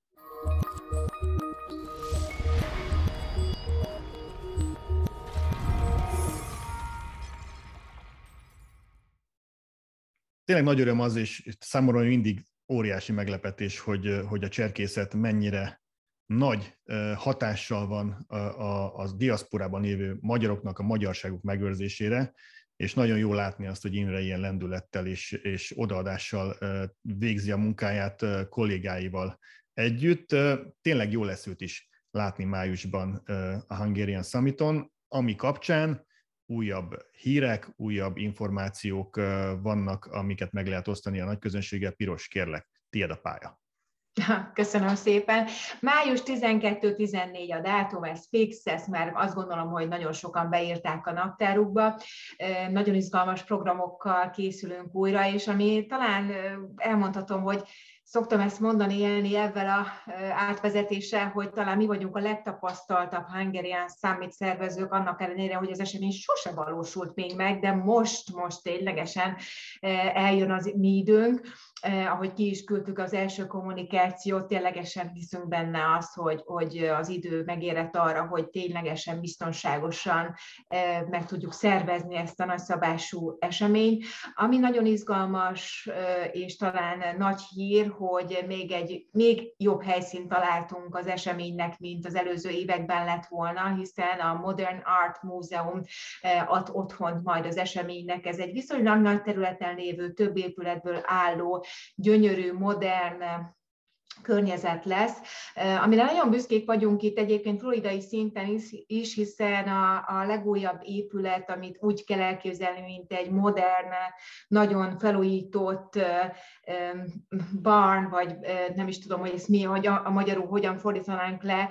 Speaker 1: Tényleg nagy öröm az, és számomra mindig óriási meglepetés, hogy a cserkészet mennyire nagy hatással van a diaszporában lévő magyaroknak a magyarságuk megőrzésére, és nagyon jó látni azt, hogy Imre ilyen lendülettel és odaadással végzi a munkáját kollégáival együtt. Tényleg jó lesz őt is látni májusban a Hungarian Summiton, ami kapcsán újabb hírek, újabb információk vannak, amiket meg lehet osztani a nagyközönséggel. Piros, kérlek, tiéd a pálya.
Speaker 2: Köszönöm szépen. Május 12-14 a dátum, ez fix, ezt már azt gondolom, hogy nagyon sokan beírták a naptárukba. Nagyon izgalmas programokkal készülünk újra, és ami talán elmondhatom, hogy szoktam ezt mondani, élni ezzel az átvezetéssel, hogy talán mi vagyunk a legtapasztaltabb Hungarian Summit szervezők, annak ellenére, hogy az esemény sose valósult még meg, de most ténylegesen eljön az mi időnk. Ahogy ki is küldtük az első kommunikációt, ténylegesen hiszünk benne azt, hogy az idő megérett arra, hogy ténylegesen biztonságosan meg tudjuk szervezni ezt a nagyszabású eseményt. Ami nagyon izgalmas és talán nagy hír, hogy még jobb helyszínt találtunk az eseménynek, mint az előző években lett volna, hiszen a Modern Art Múzeum ad otthont majd az eseménynek. Ez egy viszonylag nagy területen lévő, több épületből álló, gyönyörű, modern környezet lesz, amire nagyon büszkék vagyunk itt egyébként floridai szinten is, hiszen a legújabb épület, amit úgy kell elképzelni, mint egy modern, nagyon felújított barn, vagy nem is tudom, hogy ez mi, hogy a magyarul hogyan fordítanánk le,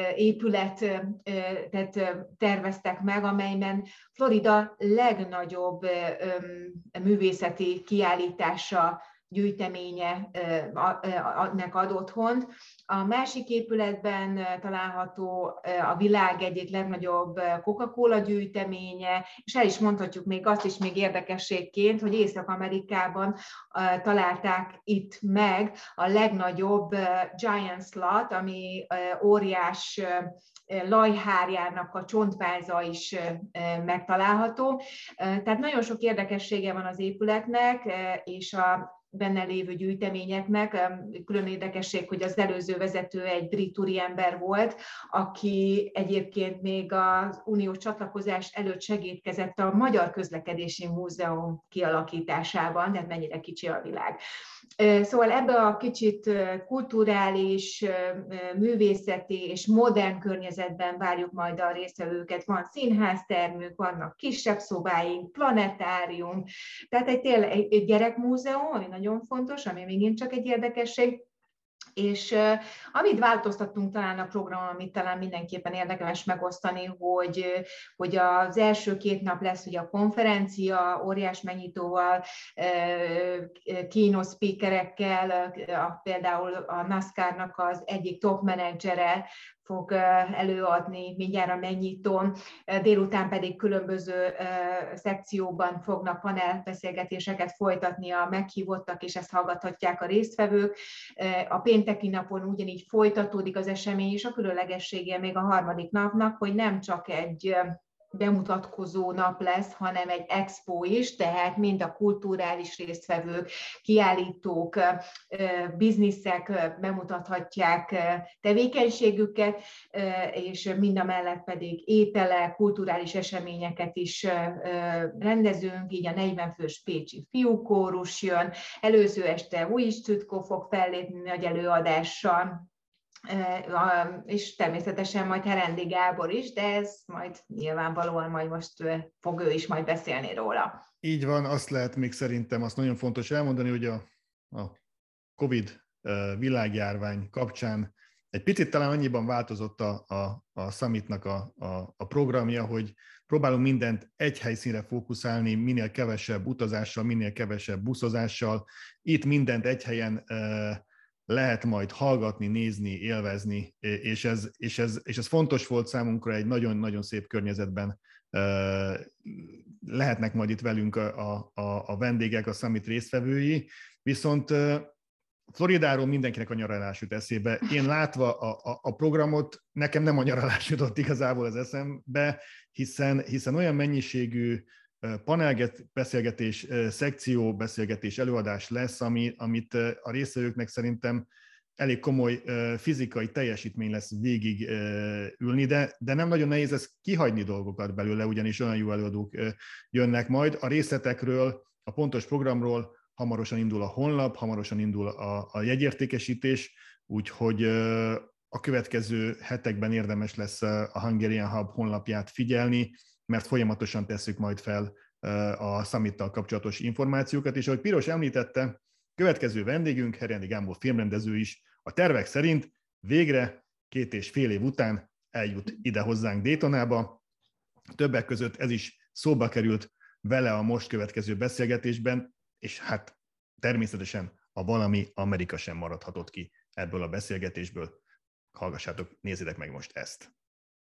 Speaker 2: épületet terveztek meg, amelyben Florida legnagyobb művészeti kiállítása, gyűjteménye nek ad otthont. A másik épületben található a világ egyik legnagyobb Coca-Cola gyűjteménye, és el is mondhatjuk még azt is még érdekességként, hogy Észak-Amerikában találták itt meg a legnagyobb giant slot, ami óriás lajhárjának a csontváza is megtalálható. Tehát nagyon sok érdekessége van az épületnek, és benne lévő gyűjteményeknek. Külön érdekesség, hogy az előző vezető egy brit úriember volt, aki egyébként még az uniós csatlakozás előtt segítkezett a Magyar Közlekedési Múzeum kialakításában, tehát mennyire kicsi a világ. Szóval ebbe a kicsit kulturális, művészeti és modern környezetben várjuk majd a résztvevőket. Van színháztermünk, vannak kisebb szobáink, planetárium, tehát egy gyerekmúzeum, ami nagyon fontos, ami megint csak egy érdekesség. És amit változtattunk talán a programon, amit talán mindenképpen érdemes megosztani, hogy az első 2 nap lesz ugye a konferencia, óriás megnyitóval, keynote speakerekkel, például a NASCAR-nak az egyik top menedzsere fog előadni mindjárt a megnyitón, délután pedig különböző szekcióban fognak panelbeszélgetéseket folytatni a meghívottak, és ezt hallgathatják a résztvevők. A pénteki napon ugyanígy folytatódik az esemény, és a különlegessége még a harmadik napnak, hogy nem csak egy bemutatkozó nap lesz, hanem egy expo is, tehát mind a kulturális résztvevők, kiállítók, bizniszek bemutathatják tevékenységüket, és mindamellett pedig ételek, kulturális eseményeket is rendezünk, így a 40 fős pécsi fiúkórus jön, előző este Újis Csütkó fog fellépni nagy előadással, és természetesen majd Herendi Gábor is, de ez majd nyilvánvalóan majd most fog ő is majd beszélni róla.
Speaker 1: Így van, azt lehet még szerintem, azt nagyon fontos elmondani, hogy a Covid világjárvány kapcsán egy picit talán annyiban változott a Summitnak a programja, hogy próbálunk mindent egy helyszínre fókuszálni, minél kevesebb utazással, minél kevesebb buszozással. Itt mindent egy helyen lehet majd hallgatni, nézni, élvezni, és ez fontos volt számunkra, egy nagyon-nagyon szép környezetben lehetnek majd itt velünk a vendégek, a Summit résztvevői, viszont Floridáról mindenkinek a nyaralás jut eszébe. Én látva a programot, nekem nem a nyaralás jutott igazából az eszembe, hiszen olyan mennyiségű panelbeszélgetés, szekció, beszélgetés, előadás lesz, amit a résztvevőknek szerintem elég komoly fizikai teljesítmény lesz végig ülni, de nem nagyon nehéz ezt kihagyni dolgokat belőle, ugyanis olyan jó előadók jönnek majd. A részletekről, a pontos programról hamarosan indul a honlap, hamarosan indul a jegyértékesítés, úgyhogy a következő hetekben érdemes lesz a Hungarian Hub honlapját figyelni, mert folyamatosan tesszük majd fel a Summittal kapcsolatos információkat, és ahogy Piros említette, következő vendégünk, Herendi Gábor filmrendező is, a tervek szerint végre 2,5 év után eljut ide hozzánk Daytonába. Többek között ez is szóba került vele a most következő beszélgetésben, és hát természetesen a valami Amerika sem maradhatott ki ebből a beszélgetésből. Hallgassátok, nézzétek meg most ezt!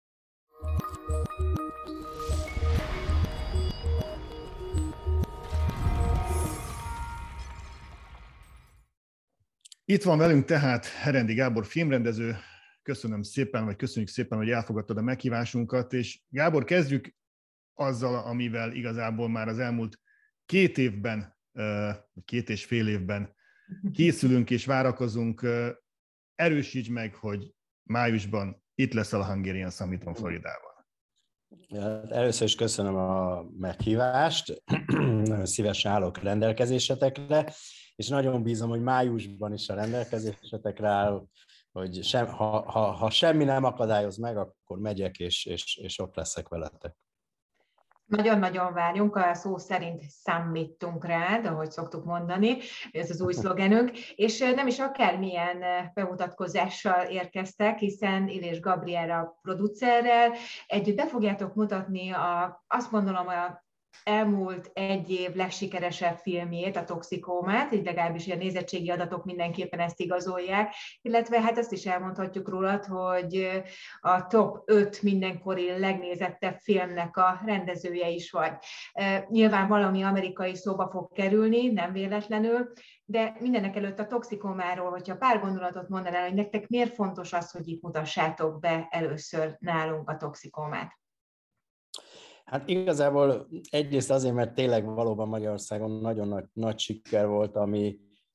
Speaker 1: Itt van velünk tehát Herendi Gábor filmrendező. Köszönjük szépen, hogy elfogadtad a meghívásunkat, és Gábor, kezdjük azzal, amivel igazából már az elmúlt 2 évben, 2,5 évben készülünk és várakozunk. Erősíts meg, hogy májusban itt lesz a Hungarian Summiton Floridában.
Speaker 4: Először is köszönöm a meghívást, nagyon szívesen állok rendelkezésetekre, és nagyon bízom, hogy májusban is a rendelkezésetekre áll, hogy ha semmi nem akadályoz meg, akkor megyek, és ott leszek veletek.
Speaker 2: Nagyon-nagyon várjunk, a szó szerint számítunk rád, ahogy szoktuk mondani, ez az új szlogenünk, és nem is akármilyen bemutatkozással érkeztek, hiszen Illés Gabriella producerrel együtt be fogjátok mutatni azt gondolom a elmúlt 1 év legsikeresebb filmjét, a Toxikómát, így legalábbis a nézettségi adatok mindenképpen ezt igazolják, illetve hát azt is elmondhatjuk rólad, hogy a top 5 mindenkori legnézettebb filmnek a rendezője is vagy. Nyilván valami amerikai szóba fog kerülni, nem véletlenül, de mindenek előtt a Toxikómáról, hogyha pár gondolatot mondanál, hogy nektek miért fontos az, hogy itt mutassátok be először nálunk a Toxikómát?
Speaker 4: Hát igazából egyrészt azért, mert tényleg valóban Magyarországon nagyon nagy siker volt, ami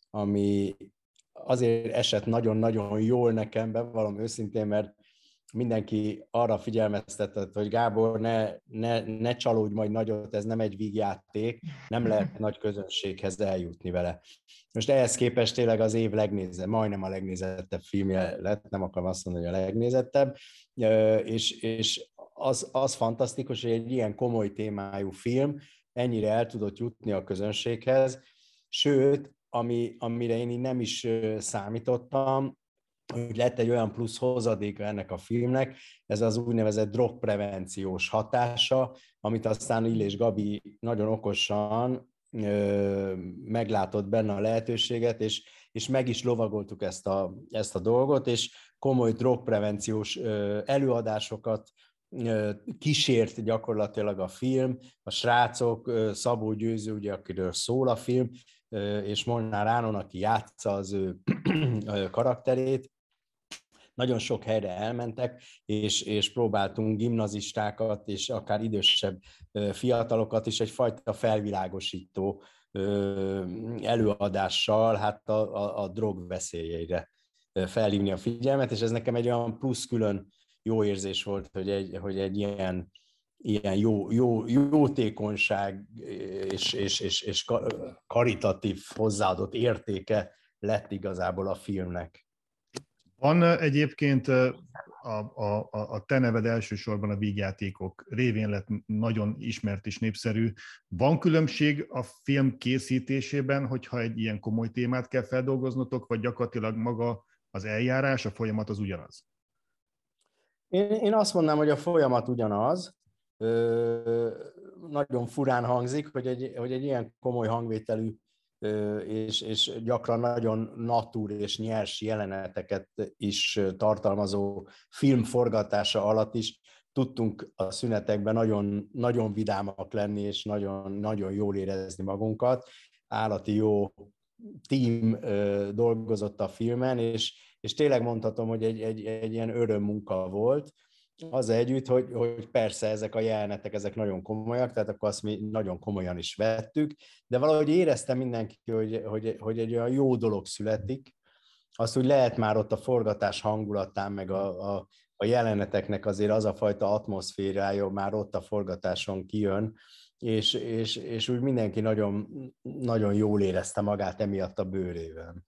Speaker 4: ami azért esett nagyon-nagyon jól nekem, bevallom őszintén, mert mindenki arra figyelmeztetett, hogy Gábor, ne csalódj majd nagyot, ez nem egy vígjáték, nem lehet nagy közönséghez eljutni vele. Most ehhez képest tényleg az év majdnem a legnézettebb filmje lett, nem akarom azt mondani, hogy a legnézettebb, és az fantasztikus, hogy egy ilyen komoly témájú film ennyire el tudott jutni a közönséghez, sőt, amire én így nem is számítottam, hogy lett egy olyan plusz hozadéka ennek a filmnek, ez az úgynevezett drogprevenciós hatása, amit aztán Illés Gabi nagyon okosan meglátott benne a lehetőséget, és meg is lovagoltuk ezt a dolgot, és komoly drogprevenciós előadásokat kísért gyakorlatilag a film. A srácok, Szabó Győző, ugye, akiről szól a film, és Molnár Áron, aki játsza az ő karakterét, nagyon sok helyre elmentek, és próbáltunk gimnazistákat, és akár idősebb fiatalokat is egyfajta felvilágosító előadással hát a drog veszélyeire felhívni a figyelmet, és ez nekem egy olyan plusz külön jó érzés volt, hogy egy ilyen jótékonyság és karitatív hozzáadott értéke lett igazából a filmnek.
Speaker 1: Van egyébként a te neved elsősorban a vígjátékok révén lett nagyon ismert és népszerű. Van különbség a film készítésében, hogyha egy ilyen komoly témát kell feldolgoznotok, vagy gyakorlatilag maga az eljárás, a folyamat az ugyanaz?
Speaker 4: Én azt mondanám, hogy a folyamat ugyanaz. Nagyon furán hangzik, hogy egy ilyen komoly hangvételű és gyakran nagyon natur és nyers jeleneteket is tartalmazó film forgatása alatt is tudtunk a szünetekben nagyon, nagyon vidámak lenni, és nagyon, nagyon jól érezni magunkat. Állati jó team dolgozott a filmen, és tényleg mondhatom, hogy egy ilyen örömmunka volt. Az együtt, hogy persze ezek a jelenetek, ezek nagyon komolyak, tehát akkor azt mi nagyon komolyan is vettük, de valahogy érezte mindenki, hogy egy olyan jó dolog születik, azt úgy lehet már ott a forgatás hangulatán, meg a jeleneteknek azért az a fajta atmoszférája már ott a forgatáson kijön, és úgy mindenki nagyon, nagyon jól érezte magát emiatt a bőrében.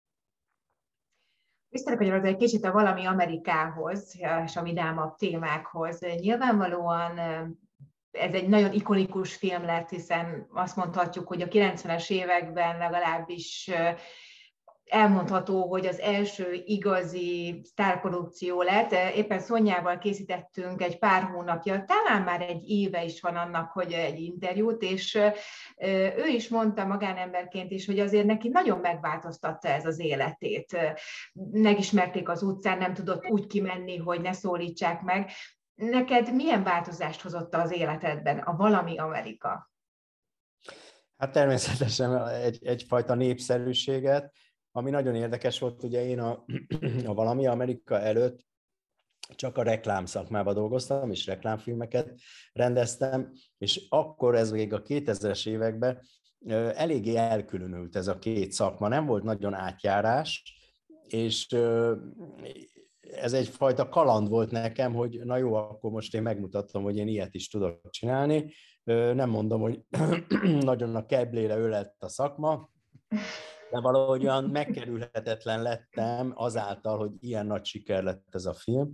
Speaker 2: Visszakanyarodva egy kicsit a Valami Amerikához és a vidámabb témákhoz. Nyilvánvalóan ez egy nagyon ikonikus film lett, hiszen azt mondhatjuk, hogy a 90-es években legalábbis elmondható, hogy az első igazi sztárprodukció lett. Éppen Szonyával készítettünk egy pár hónapja, talán már egy éve is van annak, hogy egy interjút, és ő is mondta magánemberként is, hogy azért neki nagyon megváltoztatta ez az életét. Megismerték az utcán, nem tudott úgy kimenni, hogy ne szólítsák meg. Neked milyen változást hozott az életedben a Valami Amerika?
Speaker 4: Hát természetesen egyfajta népszerűséget, ami nagyon érdekes volt, ugye én a Valami Amerika előtt csak a reklámszakmában dolgoztam, és reklámfilmeket rendeztem, és akkor ez még a 2000-es években eléggé elkülönült ez a két szakma, nem volt nagyon átjárás, és ez egyfajta kaland volt nekem, hogy na jó, akkor most én megmutatom, hogy én ilyet is tudok csinálni. Nem mondom, hogy nagyon a keblére ölelt a szakma, de valahogy olyan megkerülhetetlen lettem azáltal, hogy ilyen nagy siker lett ez a film,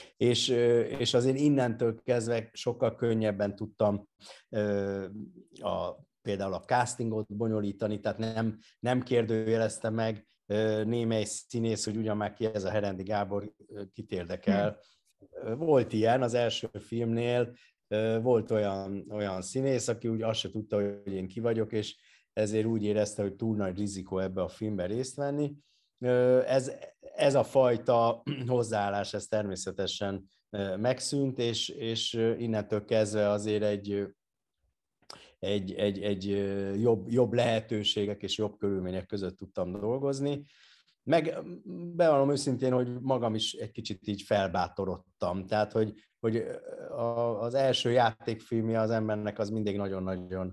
Speaker 4: és azért innentől kezdve sokkal könnyebben tudtam például a castingot bonyolítani, tehát nem kérdőjelezte meg némely színész, hogy ugyan már ki ez a Herendi Gábor, kit érdekel. Volt ilyen az első filmnél, volt olyan színész, aki úgy azt se tudta, hogy én ki vagyok, és ezért úgy érezte, hogy túl nagy rizikó ebbe a filmben részt venni. Ez a fajta hozzáállás, ez természetesen megszűnt, és innentől kezdve azért egy jobb lehetőségek és jobb körülmények között tudtam dolgozni. Meg bevallom őszintén, hogy magam is egy kicsit így felbátorodtam. Tehát, hogy az első játékfilmje az embernek az mindig nagyon-nagyon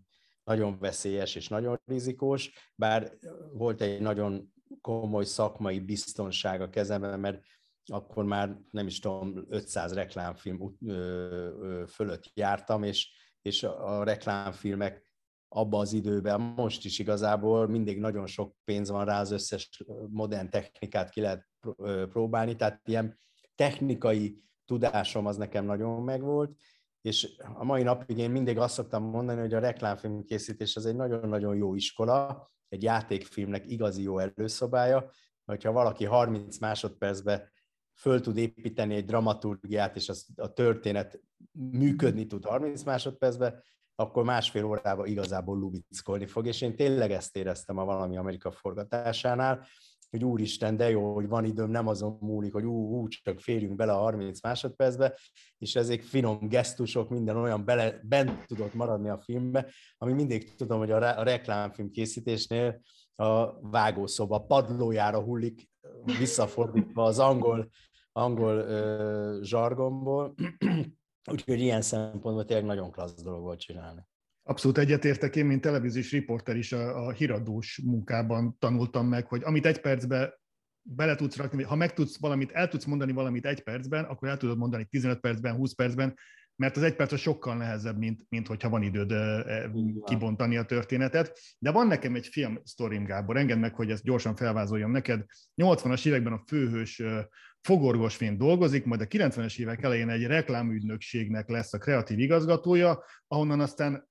Speaker 4: nagyon veszélyes és nagyon rizikós, bár volt egy nagyon komoly szakmai biztonság a kezemben, mert akkor már nem is tudom, 500 reklámfilm fölött jártam, és a reklámfilmek abban az időben, most is igazából mindig nagyon sok pénz van rá, az összes modern technikát ki lehet próbálni, tehát ilyen technikai tudásom az nekem nagyon megvolt, és a mai napig én mindig azt szoktam mondani, hogy a reklámfilm készítés az egy nagyon-nagyon jó iskola, egy játékfilmnek igazi jó előszobája, hogyha valaki 30 másodpercben föl tud építeni egy dramaturgiát, és a történet működni tud 30 másodpercben, akkor másfél órában igazából lubickolni fog. És én tényleg ezt éreztem a Valami Amerika forgatásánál, hogy úristen, de jó, hogy van időm, nem azon múlik, hogy csak férjünk bele a 30 másodpercbe, és ezek finom gesztusok, minden olyan bent tudott maradni a filmbe, ami mindig tudom, hogy a reklámfilm készítésnél a vágószoba padlójára hullik, visszafordítva az angol zsargonból, úgyhogy ilyen szempontból tényleg nagyon klassz dolog volt csinálni.
Speaker 1: Abszolút egyetértek, én, mint televíziós riporter is a híradós munkában tanultam meg, hogy amit egy percben bele tudsz rakni, ha megtudsz valamit, el tudsz mondani valamit egy percben, akkor el tudod mondani 15 percben, 20 percben, mert az egy perc sokkal nehezebb, mint hogyha van időd kibontani a történetet. De van nekem egy film sztorim, Gábor, engedd meg, hogy ezt gyorsan felvázoljam neked. 80-as években a főhős fogorvosként dolgozik, majd a 90-es évek elején egy reklámügynökségnek lesz a kreatív igazgatója, ahonnan aztán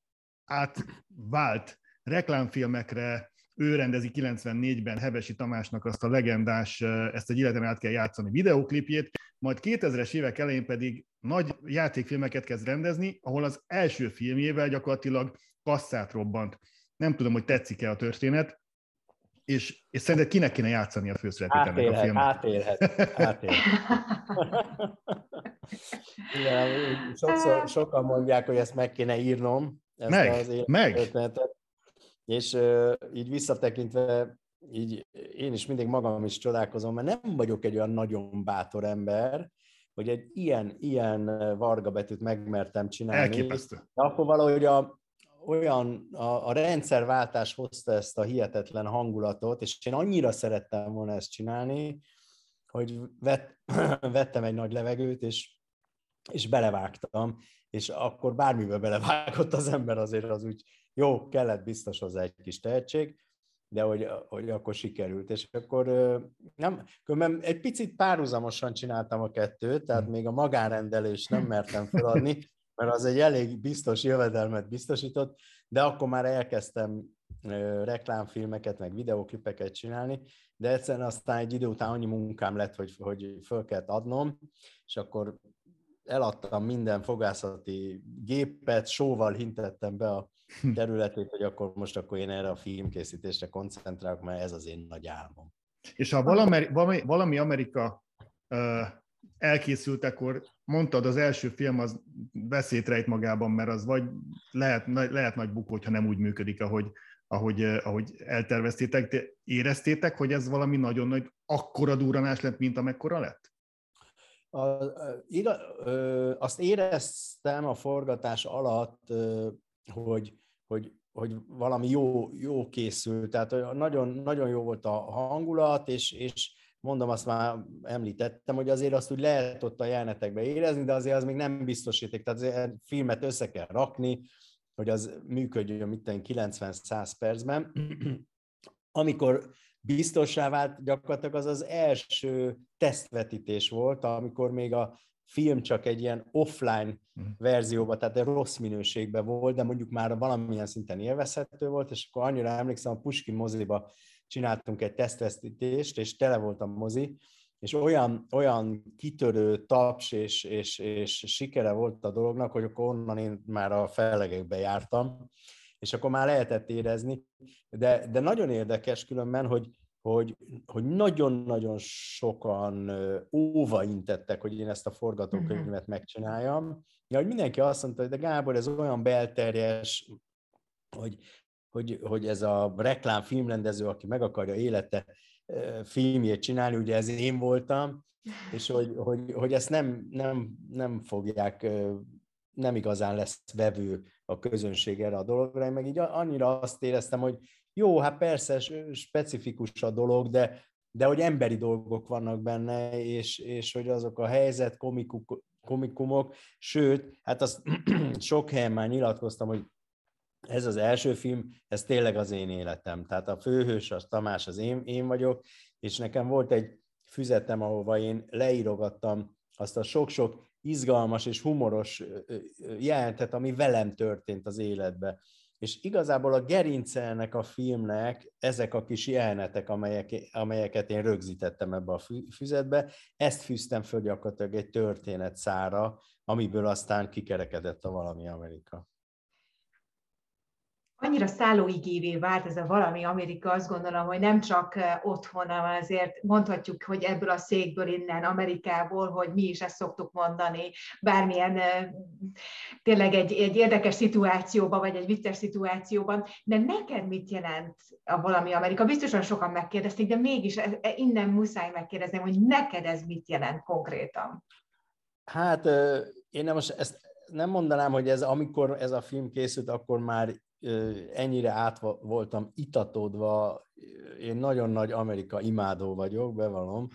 Speaker 1: átvált reklámfilmekre. Ő rendezi 94-ben Hevesi Tamásnak azt a legendás, ezt egy életen át kell játszani videóklipjét, majd 2000-es évek elején pedig nagy játékfilmeket kezd rendezni, ahol az első filmjével gyakorlatilag kasszát robbant. Nem tudom, hogy tetszik-e a történet, és szerinted kinek kéne játszani a főszerepét ennek a filmnek?
Speaker 4: Átélhet. Sokan mondják, hogy ezt meg kéne írnom.
Speaker 1: Meg.
Speaker 4: És így visszatekintve, így én is mindig magam is csodálkozom, mert nem vagyok egy olyan nagyon bátor ember, hogy egy ilyen varga betűt megmertem csinálni.
Speaker 1: Elképesztő.
Speaker 4: De akkor valahogy a rendszerváltás hozta ezt a hihetetlen hangulatot, és én annyira szerettem volna ezt csinálni, hogy vettem egy nagy levegőt, és belevágtam, és akkor bármivel belevágott az ember, azért az úgy jó, kellett biztos hozzá egy kis tehetség, de hogy akkor sikerült. És akkor különben egy picit párhuzamosan csináltam a kettőt, tehát még a magánrendelést nem mertem feladni, mert az egy elég biztos jövedelmet biztosított, de akkor már elkezdtem reklámfilmeket, meg videóklipeket csinálni, de egyszerűen aztán egy idő után annyi munkám lett, hogy föl kellett adnom, és akkor eladtam minden fogászati gépet, sóval hintettem be a területét, hogy akkor én erre a filmkészítésre koncentrálok, mert ez az én nagy álmom.
Speaker 1: És ha valami Amerika elkészült, akkor mondtad, az első film az veszélyt rejt magában, mert az vagy lehet nagy bukó, hogyha nem úgy működik, ahogy elterveztétek. De éreztétek, hogy ez valami nagyon nagy, akkora durranás lett, mint amekkora lett?
Speaker 4: Azt éreztem a forgatás alatt, hogy valami jó készült, tehát nagyon, nagyon jó volt a hangulat, és mondom, azt már említettem, hogy azért azt úgy lehet ott a jelenetekben érezni, de azért az még nem biztosíték, tehát azért filmet össze kell rakni, hogy az működjön 90-100 percben. Amikor biztossá vált, gyakorlatilag az első tesztvetítés volt, amikor még a film csak egy ilyen offline verzióban, tehát egy rossz minőségben volt, de mondjuk már valamilyen szinten élvezhető volt, és akkor annyira emlékszem, a Puskin moziba csináltunk egy tesztvetítést, és tele volt a mozi, és olyan kitörő taps és sikere volt a dolognak, hogy akkor onnan én már a fellegekbe jártam, és akkor már lehetett érezni, de nagyon érdekes különben, hogy nagyon-nagyon sokan óvaintettek, hogy én ezt a forgatókönyvet megcsináljam. Ja, hogy mindenki azt mondta, hogy de Gábor, ez olyan belterjes, hogy ez a reklám filmrendező, aki meg akarja élete filmjét csinálni, ugye ez én voltam, és hogy ezt nem fogják nem igazán lesz vevő a közönség erre a dologra. Én meg így annyira azt éreztem, hogy jó, hát persze specifikus a dolog, de hogy emberi dolgok vannak benne, és hogy azok a helyzet, komikumok, sőt, hát azt sok helyen már nyilatkoztam, hogy ez az első film, ez tényleg az én életem. Tehát a főhős, az Tamás, az én vagyok, és nekem volt egy füzetem, ahova én leírogattam azt a sok-sok izgalmas és humoros jelentet, ami velem történt az életben. És igazából a gerince ennek a filmnek ezek a kis jelenetek, amelyeket én rögzítettem ebbe a füzetbe, ezt fűztem föl gyakorlatilag egy történetszára, amiből aztán kikerekedett a Valami Amerika.
Speaker 2: Annyira szállóigévé vált ez a Valami Amerika, azt gondolom, hogy nem csak otthon, hanem azért mondhatjuk, hogy ebből a székből innen, Amerikából, hogy mi is ezt szoktuk mondani, bármilyen tényleg egy érdekes szituációban, vagy egy vicces szituációban, de neked mit jelent a Valami Amerika? Biztosan sokan megkérdezték, de mégis innen muszáj megkérdezni, hogy neked ez mit jelent konkrétan?
Speaker 4: Hát én most ezt nem mondanám, hogy amikor ez a film készült, akkor már ennyire át voltam itatódva. Én nagyon nagy Amerika imádó vagyok, bevallom.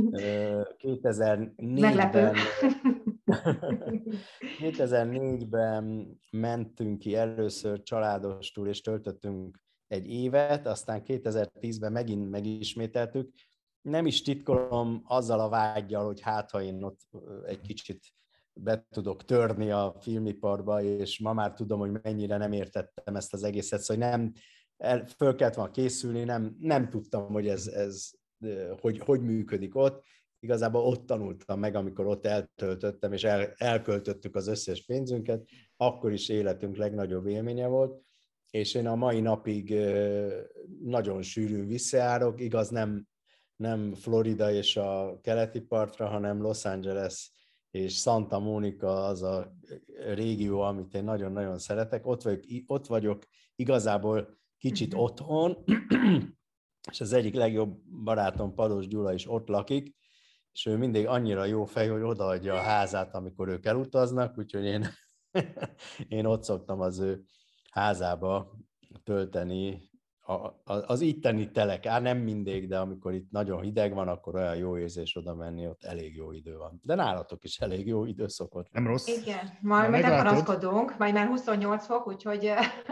Speaker 4: 2004-ben mentünk ki először családostul, és töltöttünk egy évet, aztán 2010-ben megint megismételtük. Nem is titkolom azzal a vággyal, hogy hát, ha én ott egy kicsit be tudok törni a filmiparba, és ma már tudom, hogy mennyire nem értettem ezt az egészet, szóval föl kellett volna készülni, nem tudtam, hogy ez hogy működik ott. Igazából ott tanultam meg, amikor ott eltöltöttem, és elköltöttük az összes pénzünket, akkor is életünk legnagyobb élménye volt, és én a mai napig nagyon sűrűn visszajárok, igaz, nem Florida és a keleti partra, hanem Los Angeles és Santa Monica az a régió, amit én nagyon-nagyon szeretek. Ott vagyok igazából kicsit otthon, és az egyik legjobb barátom, Pados Gyula is ott lakik, és ő mindig annyira jó fej, hogy odaadja a házát, amikor ők elutaznak, úgyhogy én ott szoktam az ő házába tölteni az itteni telek, nem mindig, de amikor itt nagyon hideg van, akkor olyan jó érzés oda menni, ott elég jó idő van. De nálatok is elég jó idő szokott.
Speaker 1: Nem rossz.
Speaker 2: Igen, majd nem panaszkodunk, majd már 28 fok, úgyhogy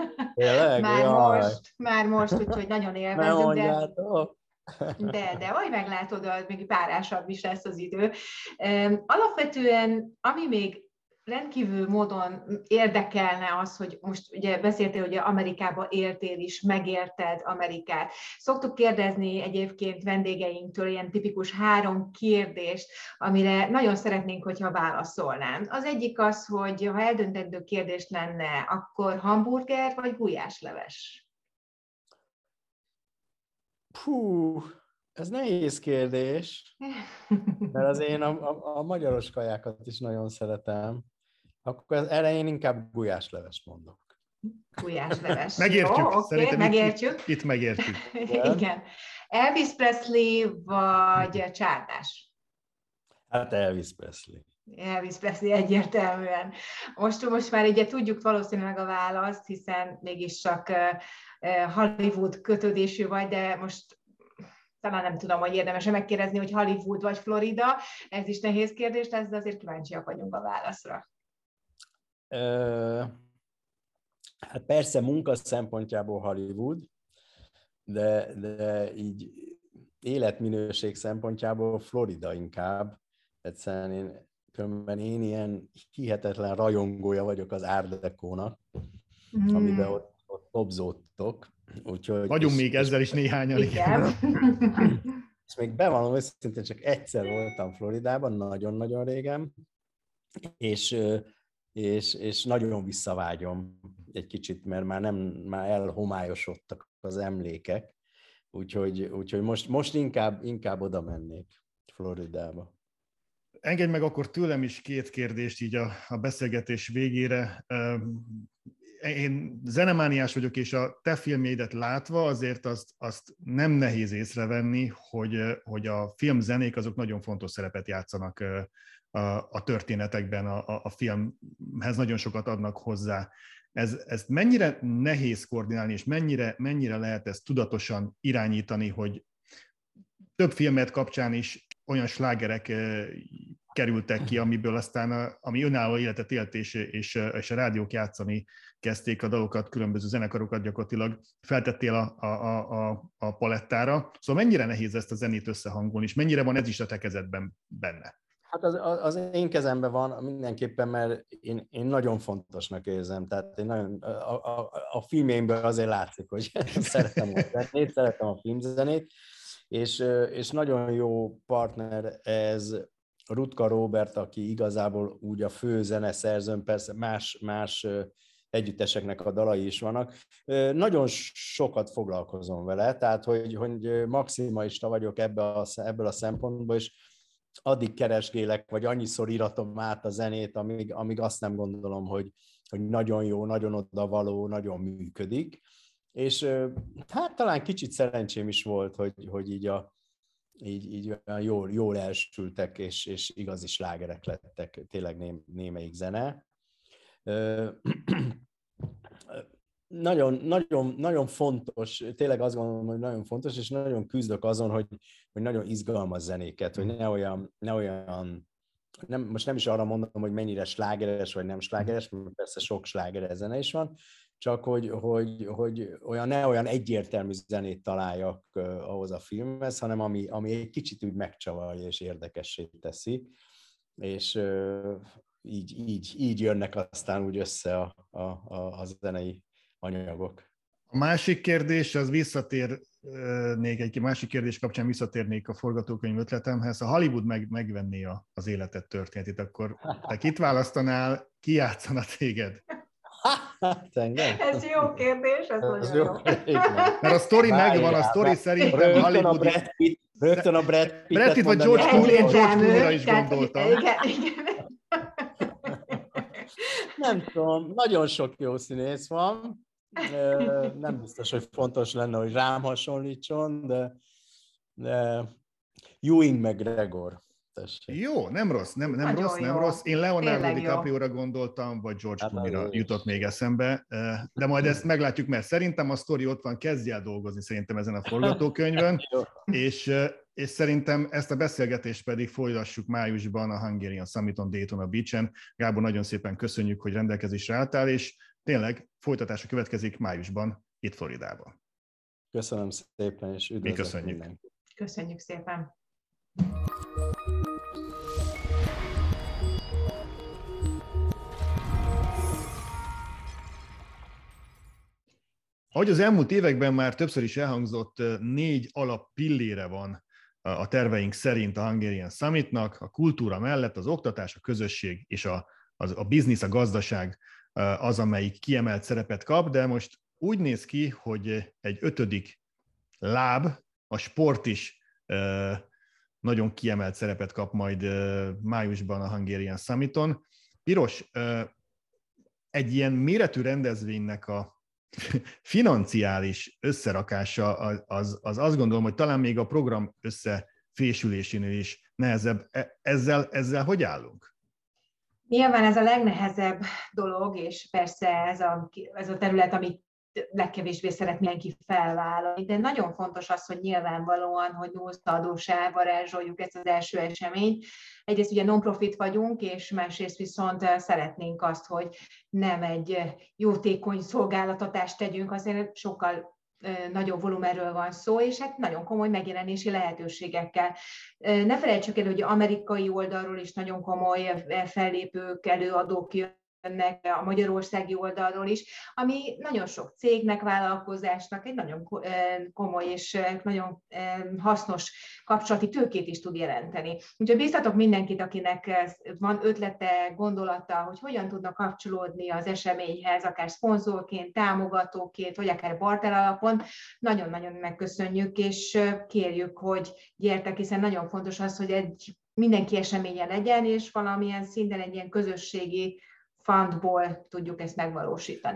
Speaker 2: már most, úgyhogy nagyon élvezünk, de majd meglátod, még párásabb is lesz az idő. Alapvetően, ami még rendkívül módon érdekelne az, hogy most ugye beszéltél, hogy Amerikába éltél is, megérted Amerikát. Szoktuk kérdezni egyébként vendégeinktől ilyen tipikus 3 kérdést, amire nagyon szeretnénk, hogyha válaszolnám. Az egyik az, hogy ha eldöntendő kérdés lenne, akkor hamburger vagy gulyásleves?
Speaker 4: Ez nehéz kérdés, mert az én a magyaros kajákat is nagyon szeretem. Akkor az elején inkább gulyáslevest mondok.
Speaker 2: Gulyásleves.
Speaker 1: Megértjük,
Speaker 2: jó,
Speaker 1: szerintem
Speaker 2: megértjük.
Speaker 1: Itt megértjük.
Speaker 2: Igen. Elvis Presley vagy Csárdás?
Speaker 4: Hát Elvis Presley.
Speaker 2: Elvis Presley egyértelműen. Most már ugye tudjuk valószínűleg a választ, hiszen mégiscsak Hollywood kötődésű vagy, de most talán nem tudom, hogy érdemes megkérdezni, hogy Hollywood vagy Florida. Ez is nehéz kérdés lesz, de azért kíváncsiak vagyunk a válaszra.
Speaker 4: Hát persze munka szempontjából Hollywood, de így életminőség szempontjából Florida inkább. Egyszerűen én ilyen hihetetlen rajongója vagyok az Art Deco-nak, amiben ott dobzódtok. Úgyhogy,
Speaker 1: vagyunk még ezzel is néhányan.
Speaker 2: Igen.
Speaker 4: És még bevallom őszintén, csak egyszer voltam Floridában, nagyon-nagyon régen, és nagyon visszavágyom egy kicsit, mert már elhomályosodtak az emlékek, úgyhogy most inkább oda mennék Floridába.
Speaker 1: Engedj meg akkor tőlem is 2 kérdést így a beszélgetés végére. én zenemániás vagyok, és a te filmjeidet látva azért azt nem nehéz észrevenni, hogy a filmzenék azok nagyon fontos szerepet játszanak a történetekben, a filmhez nagyon sokat adnak hozzá. Ezt mennyire nehéz koordinálni, és mennyire lehet ezt tudatosan irányítani, hogy több filmet kapcsán is olyan slágerek kerültek ki, amiből aztán, ami önálló életet élt, és a rádiók játszani kezdték a dalokat, különböző zenekarokat gyakorlatilag feltettél a palettára. Szóval mennyire nehéz ezt a zenét összehangolni, és mennyire van ez is a te kezedben benne?
Speaker 4: Hát az én kezemben van mindenképpen, mert én nagyon fontosnak érzem. Tehát én a filmjeimből azért látszik, hogy szeretem a zenét, szeretem a filmzenét, és nagyon jó partner ez Rutka Róbert, aki igazából úgy a fő zeneszerzőn, persze más együtteseknek a dalai is vannak. Nagyon sokat foglalkozom vele, tehát hogy maximalista vagyok ebből a szempontból, és addig keresgélek, vagy annyiszor íratom át a zenét, amíg azt nem gondolom, hogy nagyon jó, nagyon odavaló, nagyon működik. És hát talán kicsit szerencsém is volt, hogy így jól elsültek, és igazi slágerek lettek, tényleg némelyik zene. Nagyon fontos, tényleg azt gondolom, hogy nagyon fontos, és nagyon küzdök azon, hogy nagyon izgalmas zenéket, hogy ne olyan most nem is arra mondom, hogy mennyire slágeres vagy nem slágeres, mert persze sok slágeres zene is van, csak hogy ne olyan egyértelmű zenét találjak ahhoz a filmhez, hanem ami egy kicsit úgy megcsavarja és érdekessé teszi, és így jönnek aztán úgy össze a zenei anyagok.
Speaker 1: A másik kérdés, másik kérdés kapcsán visszatérnék a forgatókönyv ötletemhez. Ha Hollywood megvenné az életed történetét, akkor te kit választanál, ki játszana téged?
Speaker 2: Ez jó kérdés, ez nagyon jó.
Speaker 1: Mert a sztori megvan, a sztori szerintem Hollywood...
Speaker 4: Rögtön a Brad Pittet
Speaker 1: Brad Pitt vagy George Clooney-ra is gondoltam.
Speaker 2: Igen.
Speaker 4: Nem tudom, nagyon sok jó színész van. Nem biztos, hogy fontos lenne, hogy rám hasonlítson, de Ewing McGregor. Tessék.
Speaker 1: Jó, nem rossz. Nem rossz. Én Leonardo DiCaprio-ra gondoltam, vagy George Clooney-ra jutott még eszembe, de majd ezt meglátjuk, mert szerintem a sztori ott van, kezdj el dolgozni szerintem ezen a forgatókönyvön, és szerintem ezt a beszélgetést pedig folytassuk májusban a Hungarian Summiton Daytona Beach-en. Gábor, nagyon szépen köszönjük, hogy rendelkezésre álltál, és tényleg folytatása következik májusban itt Floridában.
Speaker 4: Köszönöm szépen, és üdvözlök.
Speaker 1: Mi köszönjük.
Speaker 4: Mindenki.
Speaker 2: Köszönjük szépen.
Speaker 1: Ahogy az elmúlt években már többször is elhangzott, 4 alap pillére van a terveink szerint a Hungarian Summitnak, a kultúra mellett az oktatás, a közösség és a biznisz, a gazdaság az, amelyik kiemelt szerepet kap, de most úgy néz ki, hogy egy 5. láb, a sport is nagyon kiemelt szerepet kap majd májusban a Hungarian Summiton. Piros, egy ilyen méretű rendezvénynek a financiális összerakása az azt gondolom, hogy talán még a program összefésülésénél is nehezebb. Ezzel hogy állunk?
Speaker 2: Nyilván ez a legnehezebb dolog, és persze ez a terület, amit legkevésbé szeret mindenki felvállalni, de nagyon fontos az, hogy nyilvánvalóan, hogy nullszaldósá varázsoljuk ezt az első eseményt. Egyrészt ugye non-profit vagyunk, és másrészt viszont szeretnénk azt, hogy nem egy jótékony szolgáltatást tegyünk, azért sokkal nagyobb volumenről van szó, és hát nagyon komoly megjelenési lehetőségekkel. Ne felejtsük el, hogy amerikai oldalról is nagyon komoly fellépők, előadók jönnek a magyarországi oldalról is, ami nagyon sok cégnek, vállalkozásnak egy nagyon komoly és nagyon hasznos kapcsolati tőkét is tud jelenteni. Úgyhogy biztatok mindenkit, akinek van ötlete, gondolata, hogy hogyan tudnak kapcsolódni az eseményhez, akár szponzorként, támogatóként, vagy akár barter alapon. Nagyon-nagyon megköszönjük, és kérjük, hogy gyertek, hiszen nagyon fontos az, hogy mindenki eseménye legyen, és valamilyen szinten egy ilyen közösségi fundból tudjuk ezt megvalósítani.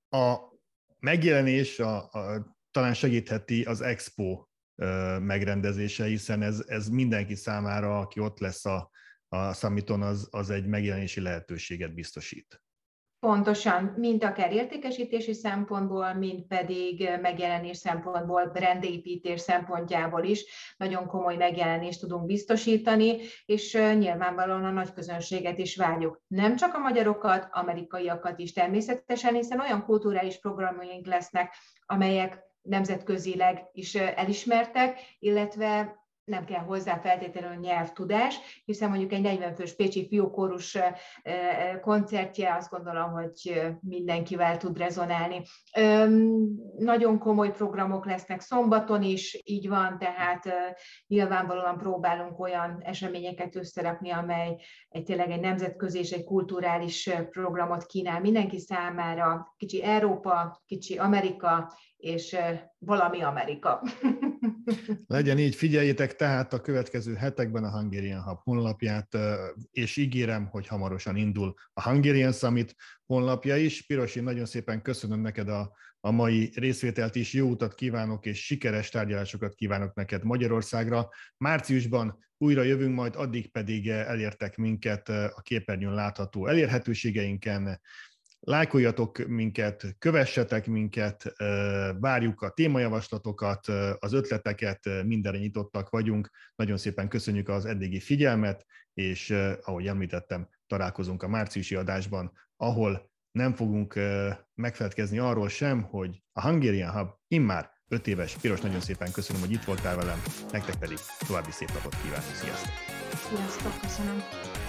Speaker 1: A megjelenés talán segítheti az Expo megrendezése, hiszen ez mindenki számára, aki ott lesz a Summiton, az egy megjelenési lehetőséget biztosít.
Speaker 2: Pontosan, mind akár értékesítési szempontból, mind pedig megjelenés szempontból, brandépítés szempontjából is nagyon komoly megjelenést tudunk biztosítani, és nyilvánvalóan a nagy közönséget is várjuk. Nem csak a magyarokat, amerikaiakat is természetesen, hiszen olyan kulturális programjaink lesznek, amelyek nemzetközileg is elismertek, illetve nem kell hozzá feltétlenül nyelvtudás, hiszen mondjuk egy 40 fős pécsi fiúkórus koncertje, azt gondolom, hogy mindenkivel tud rezonálni. Nagyon komoly programok lesznek szombaton is, így van, tehát nyilvánvalóan próbálunk olyan eseményeket összerakni, amely tényleg egy nemzetközi és egy kulturális programot kínál mindenki számára, kicsi Európa, kicsi Amerika, és valami Amerika.
Speaker 1: Legyen így, figyeljétek tehát a következő hetekben a Hungarian Hub honlapját, és ígérem, hogy hamarosan indul a Hungarian Summit honlapja is. Pirosi, nagyon szépen köszönöm neked a mai részvételt is, jó utat kívánok, és sikeres tárgyalásokat kívánok neked Magyarországra. Márciusban újra jövünk, majd addig pedig elértek minket a képernyőn látható elérhetőségeinken. Lájkoljatok minket, kövessetek minket, várjuk a témajavaslatokat, az ötleteket, mindenre nyitottak vagyunk. Nagyon szépen köszönjük az eddigi figyelmet, és ahogy említettem, találkozunk a márciusi adásban, ahol nem fogunk megfeledkezni arról sem, hogy a Hungarian Hub immár 5 éves. Piros, nagyon szépen köszönöm, hogy itt voltál velem, nektek pedig további szép napot kívánok. Sziasztok!
Speaker 2: Sziasztok, köszönöm!